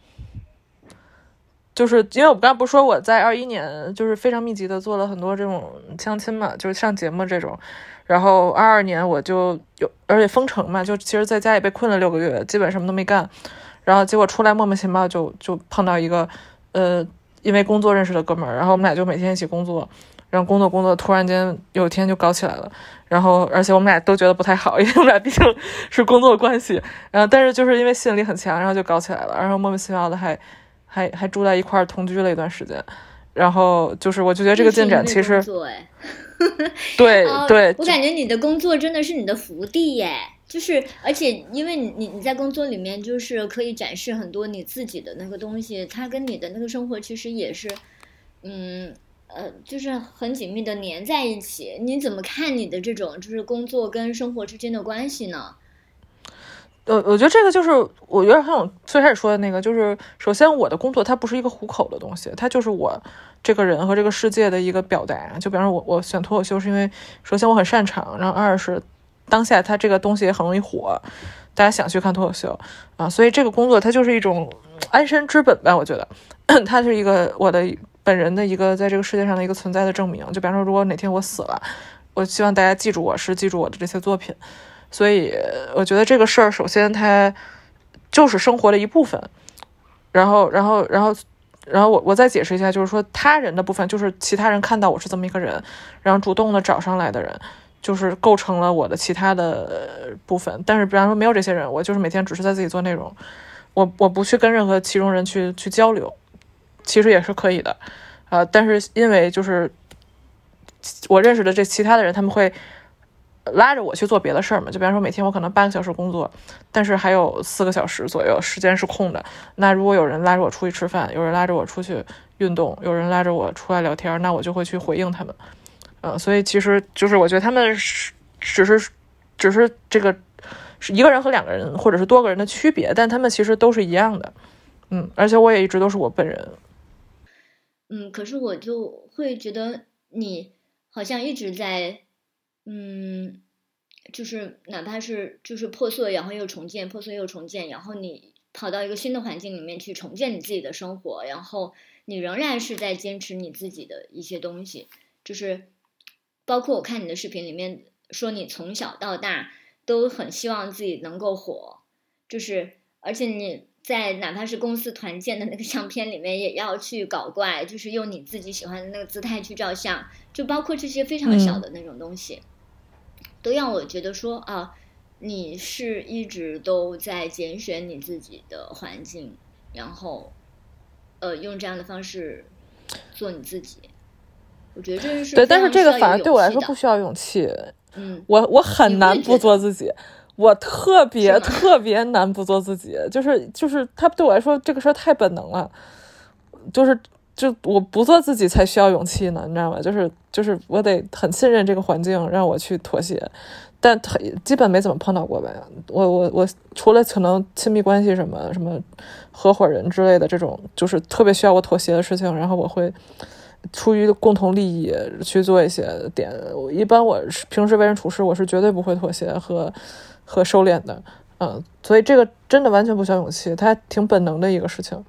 就是因为我刚才不是说我在二一年就是非常密集的做了很多这种相亲嘛，就是上节目这种，然后二二年我就有，而且封城嘛，就其实在家也被困了六个月，基本什么都没干，然后结果出来莫名其妙就就碰到一个呃因为工作认识的哥们儿，然后我们俩就每天一起工作，然后工作工作突然间有一天就搞起来了，然后而且我们俩都觉得不太好，因为我们俩毕竟是工作关系，然后但是就是因为吸引力很强，然后就搞起来了，然后莫名其妙的还还还住在一块儿同居了一段时间，然后就是我就觉得这个进展其实对对、哦， 我感觉你的工作真的是你的福地耶，就是而且因为你你在工作里面就是可以展示很多你自己的那个东西，它跟你的那个生活其实也是嗯呃就是很紧密的粘在一起。你怎么看你的这种就是工作跟生活之间的关系呢？ 呃，我觉得这个就是我有点像我最开始说的那个，就是首先我的工作它不是一个糊口的东西，它就是我这个人和这个世界的一个表达。就比方说我我选脱口秀是因为首先我很擅长，然后二是当下它这个东西也很容易火，大家想去看脱口秀啊，所以这个工作它就是一种安身之本吧，我觉得它是一个我的本人的一个在这个世界上的一个存在的证明。就比方说如果哪天我死了，我希望大家记住我是记住我的这些作品。所以我觉得这个事儿首先它就是生活的一部分，然后然后然后然后我我再解释一下，就是说他人的部分就是其他人看到我是这么一个人，然后主动的找上来的人，就是构成了我的其他的部分。但是比方说没有这些人，我就是每天只是在自己做内容，我我不去跟任何其中人去去交流，其实也是可以的啊、呃。但是因为就是我认识的这其他的人，他们会拉着我去做别的事儿嘛，就比方说每天我可能八个小时工作，但是还有四个小时左右时间是空的。那如果有人拉着我出去吃饭，有人拉着我出去运动，有人拉着我出来聊天，那我就会去回应他们。呃，所以其实就是我觉得他们是只是只是这个是一个人和两个人或者是多个人的区别，但他们其实都是一样的。嗯，而且我也一直都是我本人。 嗯，可是我就会觉得你好像一直在。嗯，就是哪怕是就是破碎，然后又重建，破碎又重建，然后你跑到一个新的环境里面去重建你自己的生活，然后你仍然是在坚持你自己的一些东西，就是包括我看你的视频里面说你从小到大都很希望自己能够火，就是而且你在哪怕是公司团建的那个相片里面也要去搞怪，就是用你自己喜欢的那个姿态去照相，就包括这些非常小的那种东西。嗯，都让我觉得说啊，你是一直都在拣选你自己的环境，然后呃用这样的方式做你自己。我觉得这是对，但是这个反而对我来说不需要勇气。 嗯， 我我很难不做自己，我特别特别难不做自己，就是就是他对我来说这个事儿太本能了，就是就我不做自己才需要勇气呢，你知道吗？就是就是我得很信任这个环境，让我去妥协，但基本没怎么碰到过吧。我我我除了可能亲密关系什么什么合伙人之类的这种，就是特别需要我妥协的事情，然后我会出于共同利益去做一些点。我一般我平时为人处事，我是绝对不会妥协和和收敛的，嗯，所以这个真的完全不需要勇气，它挺本能的一个事情。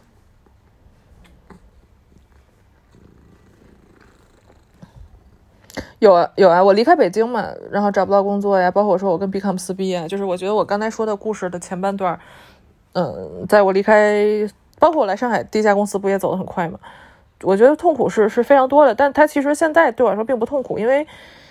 有啊有啊，我离开北京嘛，然后找不到工作呀，包括我说我跟 Become 撕逼啊，就是我觉得我刚才说的故事的前半段，嗯，在我离开，包括我来上海第一家公司不也走得很快嘛，我觉得痛苦是是非常多的，但它其实现在对我来说并不痛苦，因为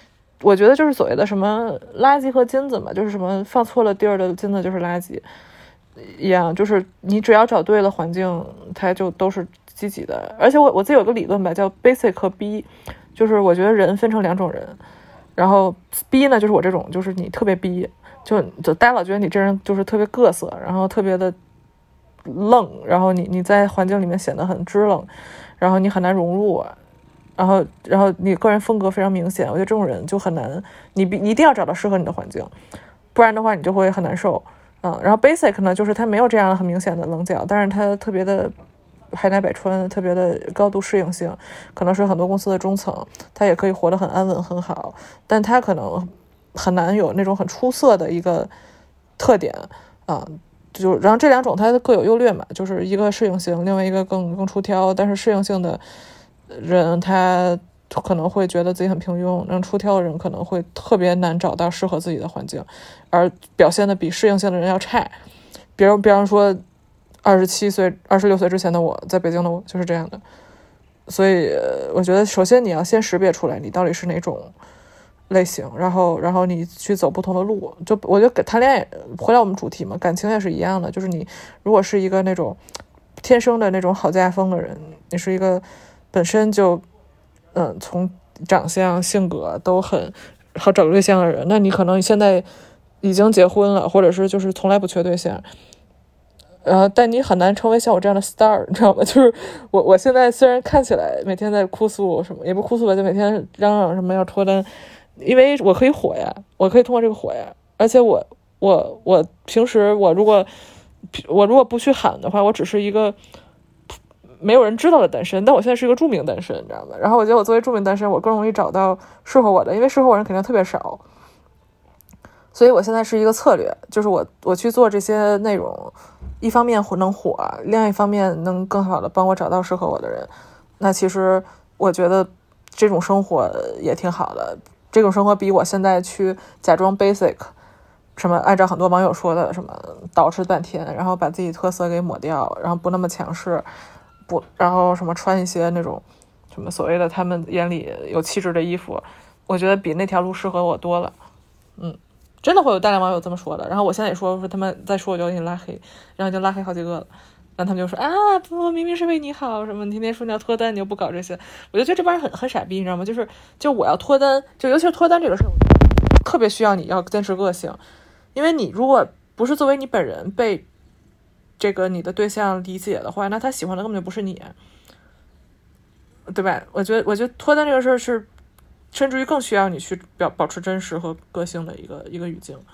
我觉得就是所谓的什么垃圾和金子嘛，就是什么放错了地儿的金子就是垃圾一样，就是你只要找对了环境，它就都是积极的。而且我我自己有个理论吧，叫 basic 和 B， 就是我觉得人分成两种人，然后 B 呢就是我这种，就是你特别 B， 就就大家老觉得你这人就是特别各色，然后特别的愣，然后你你在环境里面显得很支棱，然后你很难融入，然后然后你个人风格非常明显，我觉得这种人就很难，你你一定要找到适合你的环境，不然的话你就会很难受。嗯，然后 basic 呢，就是他没有这样很明显的棱角，但是他特别的海纳百川，特别的高度适应性，可能是很多公司的中层，他也可以活得很安稳很好，但他可能很难有那种很出色的一个特点啊。就然后这两种它各有优劣嘛，就是一个适应性，另外一个更更出挑。但是适应性的人他可能会觉得自己很平庸，让出挑的人可能会特别难找到适合自己的环境，而表现的比适应性的人要差。比如比方说二十七岁二十六岁之前的我，在北京的我就是这样的。所以我觉得首先你要先识别出来你到底是哪种类型，然后然后你去走不同的路。就我觉得谈恋爱，回来我们主题嘛，感情也是一样的，就是你如果是一个那种天生的那种好家风的人，你是一个本身就嗯从长相性格都很好找对象的人，那你可能现在已经结婚了，或者是就是从来不缺对象，呃，但你很难成为像我这样的 star， 你知道吗？就是我我现在虽然看起来每天在哭诉什么，也不哭诉吧，就每天嚷嚷什么要脱单，因为我可以火呀，我可以通过这个火呀，而且我我我平时我如果我如果不去喊的话，我只是一个没有人知道的单身，但我现在是一个著名单身，你知道吗？然后我觉得我作为著名单身，我更容易找到适合我的，因为适合我人肯定特别少，所以我现在是一个策略，就是我我去做这些内容，一方面能火，另外一方面能更好的帮我找到适合我的人。那其实我觉得这种生活也挺好的，这种生活比我现在去假装 basic， 什么按照很多网友说的什么捯饬半天，然后把自己特色给抹掉，然后不那么强势，不然后什么穿一些那种什么所谓的他们眼里有气质的衣服，我觉得比那条路适合我多了。嗯，真的会有大量网友这么说的。然后我现在也说说他们再说我就给你拉黑，然后就拉黑好几个了。然后他们就说啊，我明明是为你好，什么你天天说你要脱单，你又不搞这些，我就觉得这帮人很很傻逼，你知道吗？就是就我要脱单，就尤其是脱单这个事儿，特别需要你要坚持个性，因为你如果不是作为你本人被这个你的对象理解的话，那他喜欢的根本就不是你，对吧？我觉得我觉得脱单这个事儿是甚至于更需要你去表保持真实和个性的一个一个语境。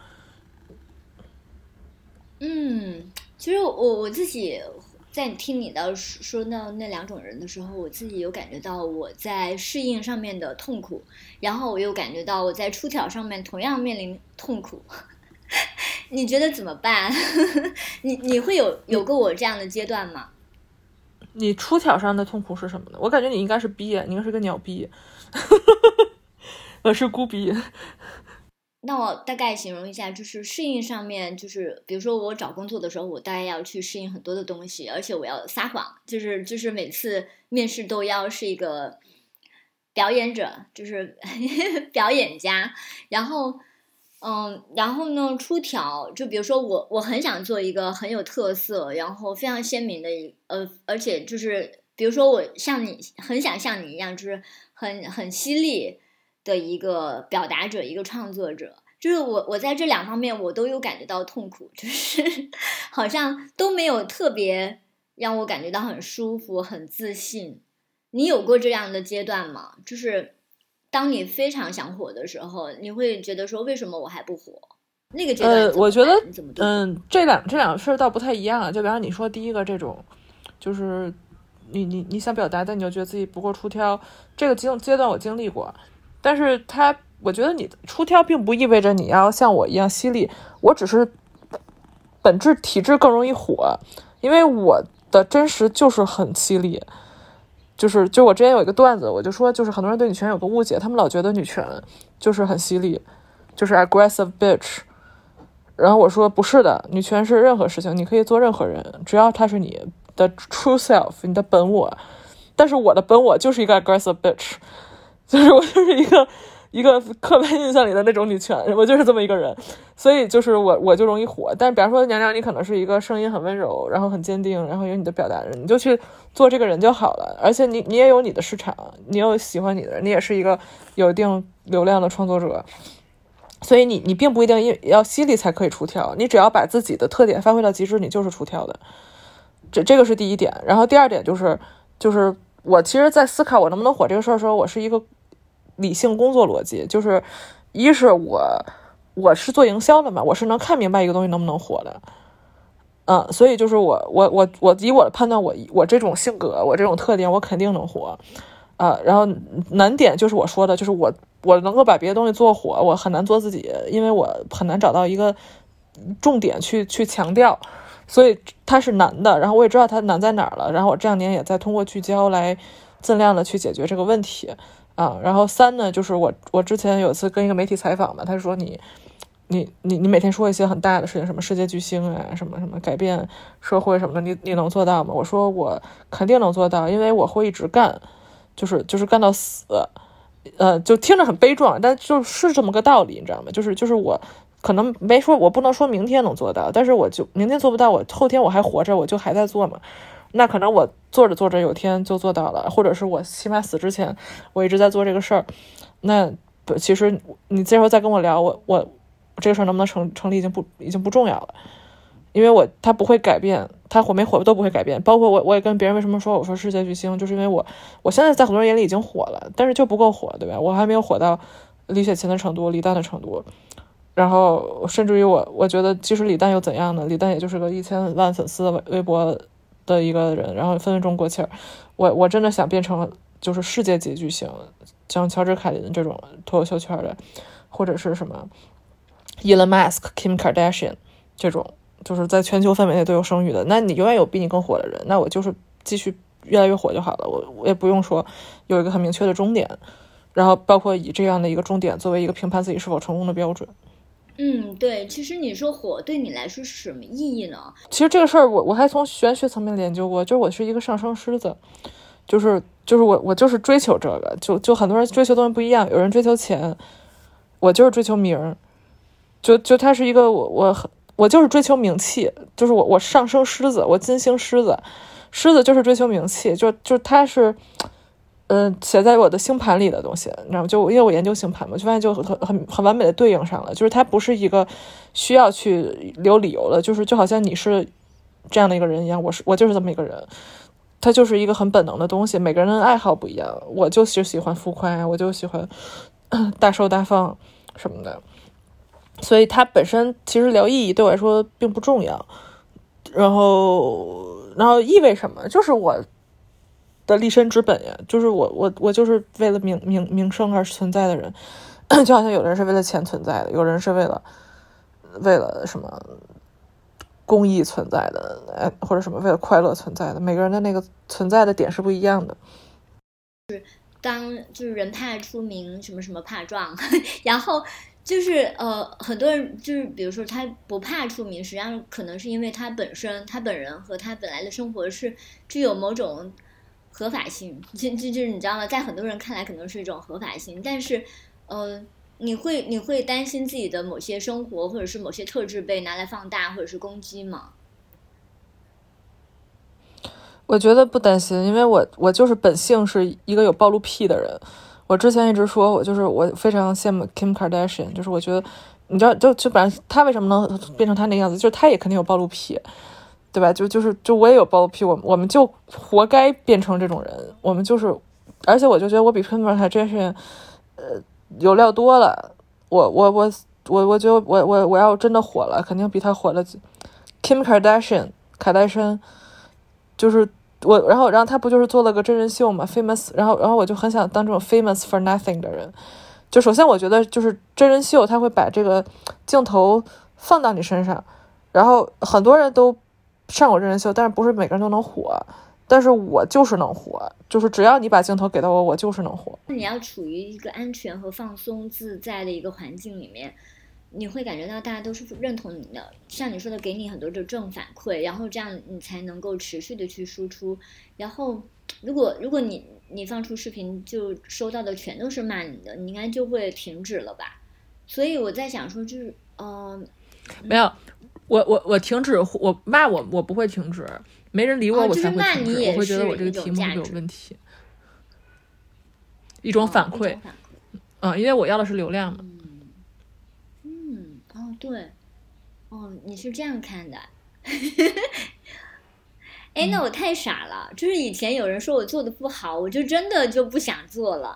嗯，其实我我自己在听你到说到那两种人的时候，我自己有感觉到我在适应上面的痛苦，然后我又感觉到我在出挑上面同样面临痛苦。你觉得怎么办？你你会有有过我这样的阶段吗？ 你出挑上的痛苦是什么呢？我感觉你应该是逼，你应该是个鸟逼。我是孤逼。 那我大概形容一下，就是适应上面，就是比如说我找工作的时候，我大概要去适应很多的东西，而且我要撒谎，就是就是每次面试都要是一个表演者，就是表演家，然后嗯，然后呢出挑，就比如说我我很想做一个很有特色，然后非常鲜明的一呃，而且就是比如说我像你很想像你一样，就是很很犀利的一个表达者，一个创作者，就是我我在这两方面我都有感觉到痛苦，就是好像都没有特别让我感觉到很舒服很自信。你有过这样的阶段吗？就是当你非常想火的时候，你会觉得说为什么我还不火？那个阶段呃，我觉得你怎么嗯，这两这两个事儿倒不太一样啊。就比方你说第一个这种，就是你你你想表达，但你又觉得自己不够出挑，这个经阶段我经历过。但是他，我觉得你出挑并不意味着你要像我一样犀利，我只是本质体质更容易火，因为我的真实就是很犀利。就是就我之前有一个段子，我就说就是很多人对女权有个误解，他们老觉得女权就是很犀利，就是 aggressive bitch。然后我说不是的，女权是任何事情你可以做任何人，只要他是你的 true self， 你的本我。但是我的本我就是一个 aggressive bitch，就是我就是一个一个刻板印象里的那种女权，我就是这么一个人，所以就是我我就容易火。但比方说娘娘，你可能是一个声音很温柔，然后很坚定，然后有你的表达人，你就去做这个人就好了。而且你你也有你的市场，你有喜欢你的人，你也是一个有一定流量的创作者，所以你你并不一定要犀利才可以出挑，你只要把自己的特点发挥到极致，你就是出挑的。这这个是第一点。然后第二点就是就是我其实在思考我能不能火这个事儿的时候，我是一个理性工作逻辑，就是一是我我是做营销的嘛，我是能看明白一个东西能不能火的，嗯，所以就是我我我我以我的判断，我我这种性格，我这种特点，我肯定能火，啊，然后难点就是我说的，就是我我能够把别的东西做火，我很难做自己，因为我很难找到一个重点去去强调，所以它是难的。然后我也知道它难在哪儿了，然后我这两年也在通过聚焦来尽量的去解决这个问题。啊，然后三呢，就是我我之前有一次跟一个媒体采访嘛，他说你你你你每天说一些很大的事情，什么世界巨星啊，什么什么改变社会什么的，你你能做到吗？我说我肯定能做到，因为我会一直干，就是就是干到死，呃，就听着很悲壮，但就是这么个道理，你知道吗？就是就是我可能没说，我不能说明天能做到，但是我就明天做不到，我后天我还活着，我就还在做嘛。那可能我做着做着有天就做到了，或者是我起码死之前我一直在做这个事儿。那其实你这时候再跟我聊我我这个事儿能不能成成立已经不已经不重要了，因为我它不会改变，它火没火都不会改变。包括我我也跟别人为什么说我说世界巨星，就是因为我我现在在很多人眼里已经火了，但是就不够火，对吧？我还没有火到李雪琴的程度，李诞的程度。然后甚至于我我觉得即使李诞又怎样呢？李诞也就是个一千万粉丝的微博的一个人，然后分分钟过气儿。我我真的想变成就是世界级巨星，像乔治凯琳这种脱口秀圈的，或者是什么 Elon Musk、Kim Kardashian 这种，就是在全球范围内都有声誉的。那你永远有比你更火的人，那我就是继续越来越火就好了。我我也不用说有一个很明确的终点，然后包括以这样的一个终点作为一个评判自己是否成功的标准。 嗯，对，其实你说火对你来说是什么意义呢？ 其实这个事儿我我还从玄学层面研究过，就是我是一个上升狮子，就是就是我我就是追求这个，就就很多人追求东西不一样，有人追求钱，我就是追求名，就就它是一个我我我就是追求名气，就是我我上升狮子，我金星狮子，狮子就是追求名气，就就它是。嗯，写在我的星盘里的东西，你知道吗？就因为我研究星盘嘛，就发现就很很很完美的对应上了。就是它不是一个需要去留理由的，就是就好像你是这样的一个人一样，我是我就是这么一个人，它就是一个很本能的东西。每个人的爱好不一样，我就是喜欢浮夸，我就喜欢大收大放什么的，所以它本身其实聊意义对我来说并不重要。然后，然后意味什么？就是我的立身之本呀，就是我我我就是为了名名名声而存在的人，就好像有的人是为了钱存在的，有人是为了为了什么公益存在的，或者什么为了快乐存在的，每个人的那个存在的点是不一样的。 当就是人怕出名，什么什么怕壮，然后就是呃，很多人就是比如说他不怕出名，实际上可能是因为他本身他本人和他本来的生活是具有某种合法性，就就就是你知道吗？在很多人看来可能是一种合法性，但是呃，你会你会担心自己的某些生活或者是某些特质被拿来放大或者是攻击吗？ 我觉得不担心，因为我我就是本性是一个有暴露癖的人。我之前一直说我就是我非常羡慕 Kim Kardashian， 就是我觉得你知道就就反正他为什么能变成他那个样子，就是他也肯定有暴露癖，对吧？就就是就我也有暴露癖，我我们就活该变成这种人，我们就是，而且我就觉得我比 Kim Kardashian 呃有料多了，我我我我我觉得我我我要真的火了，肯定比他火了。Kim Kardashian 卡戴珊就是我，然后然后他不就是做了个真人秀嘛 ，famous， 然后然后我就很想当这种 famous for nothing 的人。就首先我觉得就是真人秀，他会把这个镜头放到你身上，然后很多人都上过真人秀，但是不是每个人都能火，但是我就是能火，就是只要你把镜头给到我，我就是能火。 你要处于一个安全和放松自在的一个环境里面， 你会感觉到大家都是认同你的，像你说的，给你很多的正反馈，然后这样你才能够持续的去输出。然后，如果如果你你放出视频就收到的全都是骂你的，你应该就会停止了吧？所以我在想说，就是嗯、呃， 没有，我我我停止，我骂我我不会停止，没人理我、 哦、 我才会停止， 就是我会觉得我这个题目有问题，一种反馈， 哦、 嗯，因为我要的是流量嘛。 嗯，哦，对，哦，你是这样看的。哎，那我太傻了，就是以前有人说我做的不好，我就真的就不想做了。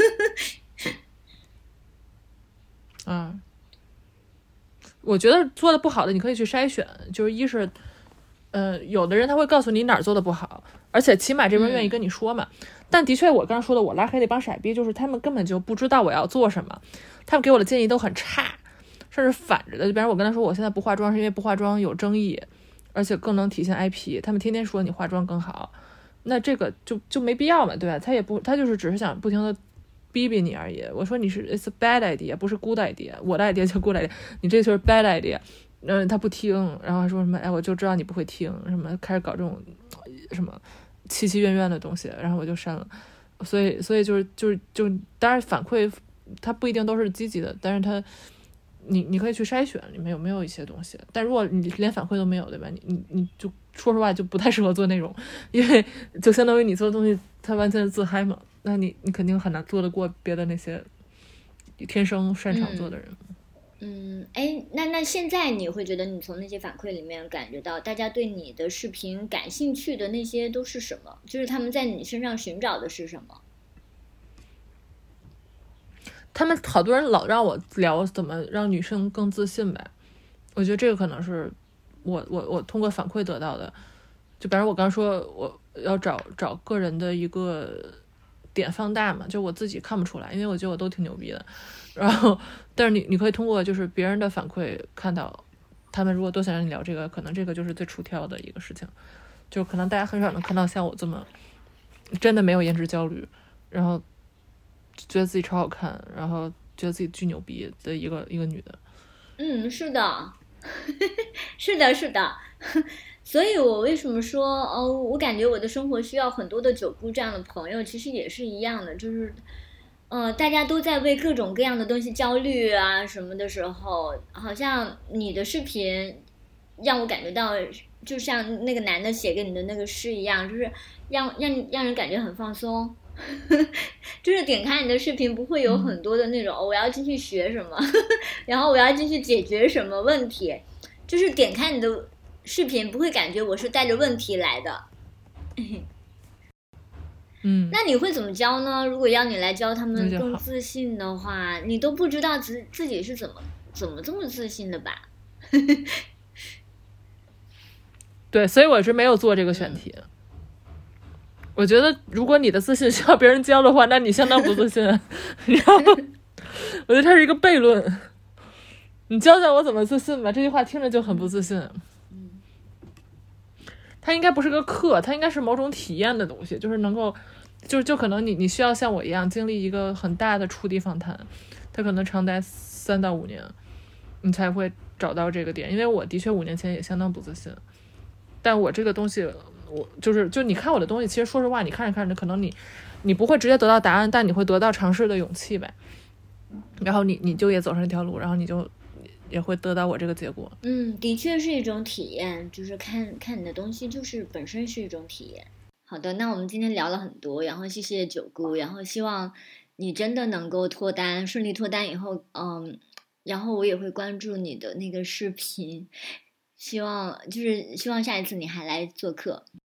嗯，我觉得做的不好的你可以去筛选，就是一是呃有的人他会告诉你哪儿做的不好，而且起码这边愿意跟你说嘛、嗯、但的确我刚刚说的我拉黑那帮傻逼，就是他们根本就不知道我要做什么，他们给我的建议都很差，甚至反着的。就比方我跟他说我现在不化妆是因为不化妆有争议，而且更能体现 I P， 他们天天说你化妆更好，那这个就就没必要嘛，对吧？他也不他就是只是想不停的逼逼你而已。我说你是 it's a bad idea， 不是 good idea， 我的 idea 就 good idea， 你这就是 bad idea。嗯，他不听，然后说什么哎，我就知道你不会听，什么开始搞这种什么奇奇怨怨的东西，然后我就删了。所以所以就是就是就当然反馈它不一定都是积极的，但是它你你可以去筛选里面有没有一些东西。但如果你连反馈都没有，对吧？你你你就说实话就不太适合做内容，因为就相当于你做的东西它完全是自嗨嘛，那你你肯定很难做得过别的那些天生擅长做的人。 嗯，哎，那那现在你会觉得你从那些反馈里面感觉到大家对你的视频感兴趣的那些都是什么？就是他们在你身上寻找的是什么？ 他们好多人老让我聊怎么让女生更自信吧，我觉得这个可能是我我我通过反馈得到的。就比如我刚说我要找找个人的一个点放大嘛，就我自己看不出来，因为我觉得我都挺牛逼的。然后，但是你你可以通过就是别人的反馈看到，他们如果都想让你聊这个，可能这个就是最出挑的一个事情。就可能大家很少能看到像我这么真的没有颜值焦虑，然后觉得自己超好看，然后觉得自己巨牛逼的一个一个女的。 嗯，是的，是的，是的。所以我为什么说哦，我感觉我的生活需要很多的九姑这样的朋友，其实也是一样的，就是呃，大家都在为各种各样的东西焦虑啊什么的时候，好像你的视频让我感觉到，就像那个男的写给你的那个诗一样，就是让让让人感觉很放松。就是点开你的视频，不会有很多的那种、嗯哦、我要进去学什么，然后我要进去解决什么问题，就是点开你的视频不会感觉我是带着问题来的。 嗯， 那你会怎么教呢？如果要你来教他们更自信的话，你都不知道自自己是怎么怎么这么自信的吧？ 对，所以我是没有做这个选题。嗯，我觉得如果你的自信需要别人教的话，那你相当不自信。然后我觉得它是一个悖论，你教教我怎么自信吧，这句话听着就很不自信。它应该不是个课，它应该是某种体验的东西，就是能够就就可能你你需要像我一样经历一个很大的触地访谈，它可能长达三到五年你才会找到这个点。因为我的确五年前也相当不自信，但我这个东西我就是就你看我的东西，其实说实话你看着看着可能你你不会直接得到答案，但你会得到尝试的勇气呗，然后你你就也走上这条路，然后你就也会得到我这个结果。 嗯，的确是一种体验，就是看看你的东西就是本身是一种体验。好的，那我们今天聊了很多，然后谢谢九姑，然后希望你真的能够脱单，顺利脱单以后，嗯，然后我也会关注你的那个视频，希望就是希望下一次你还来做客。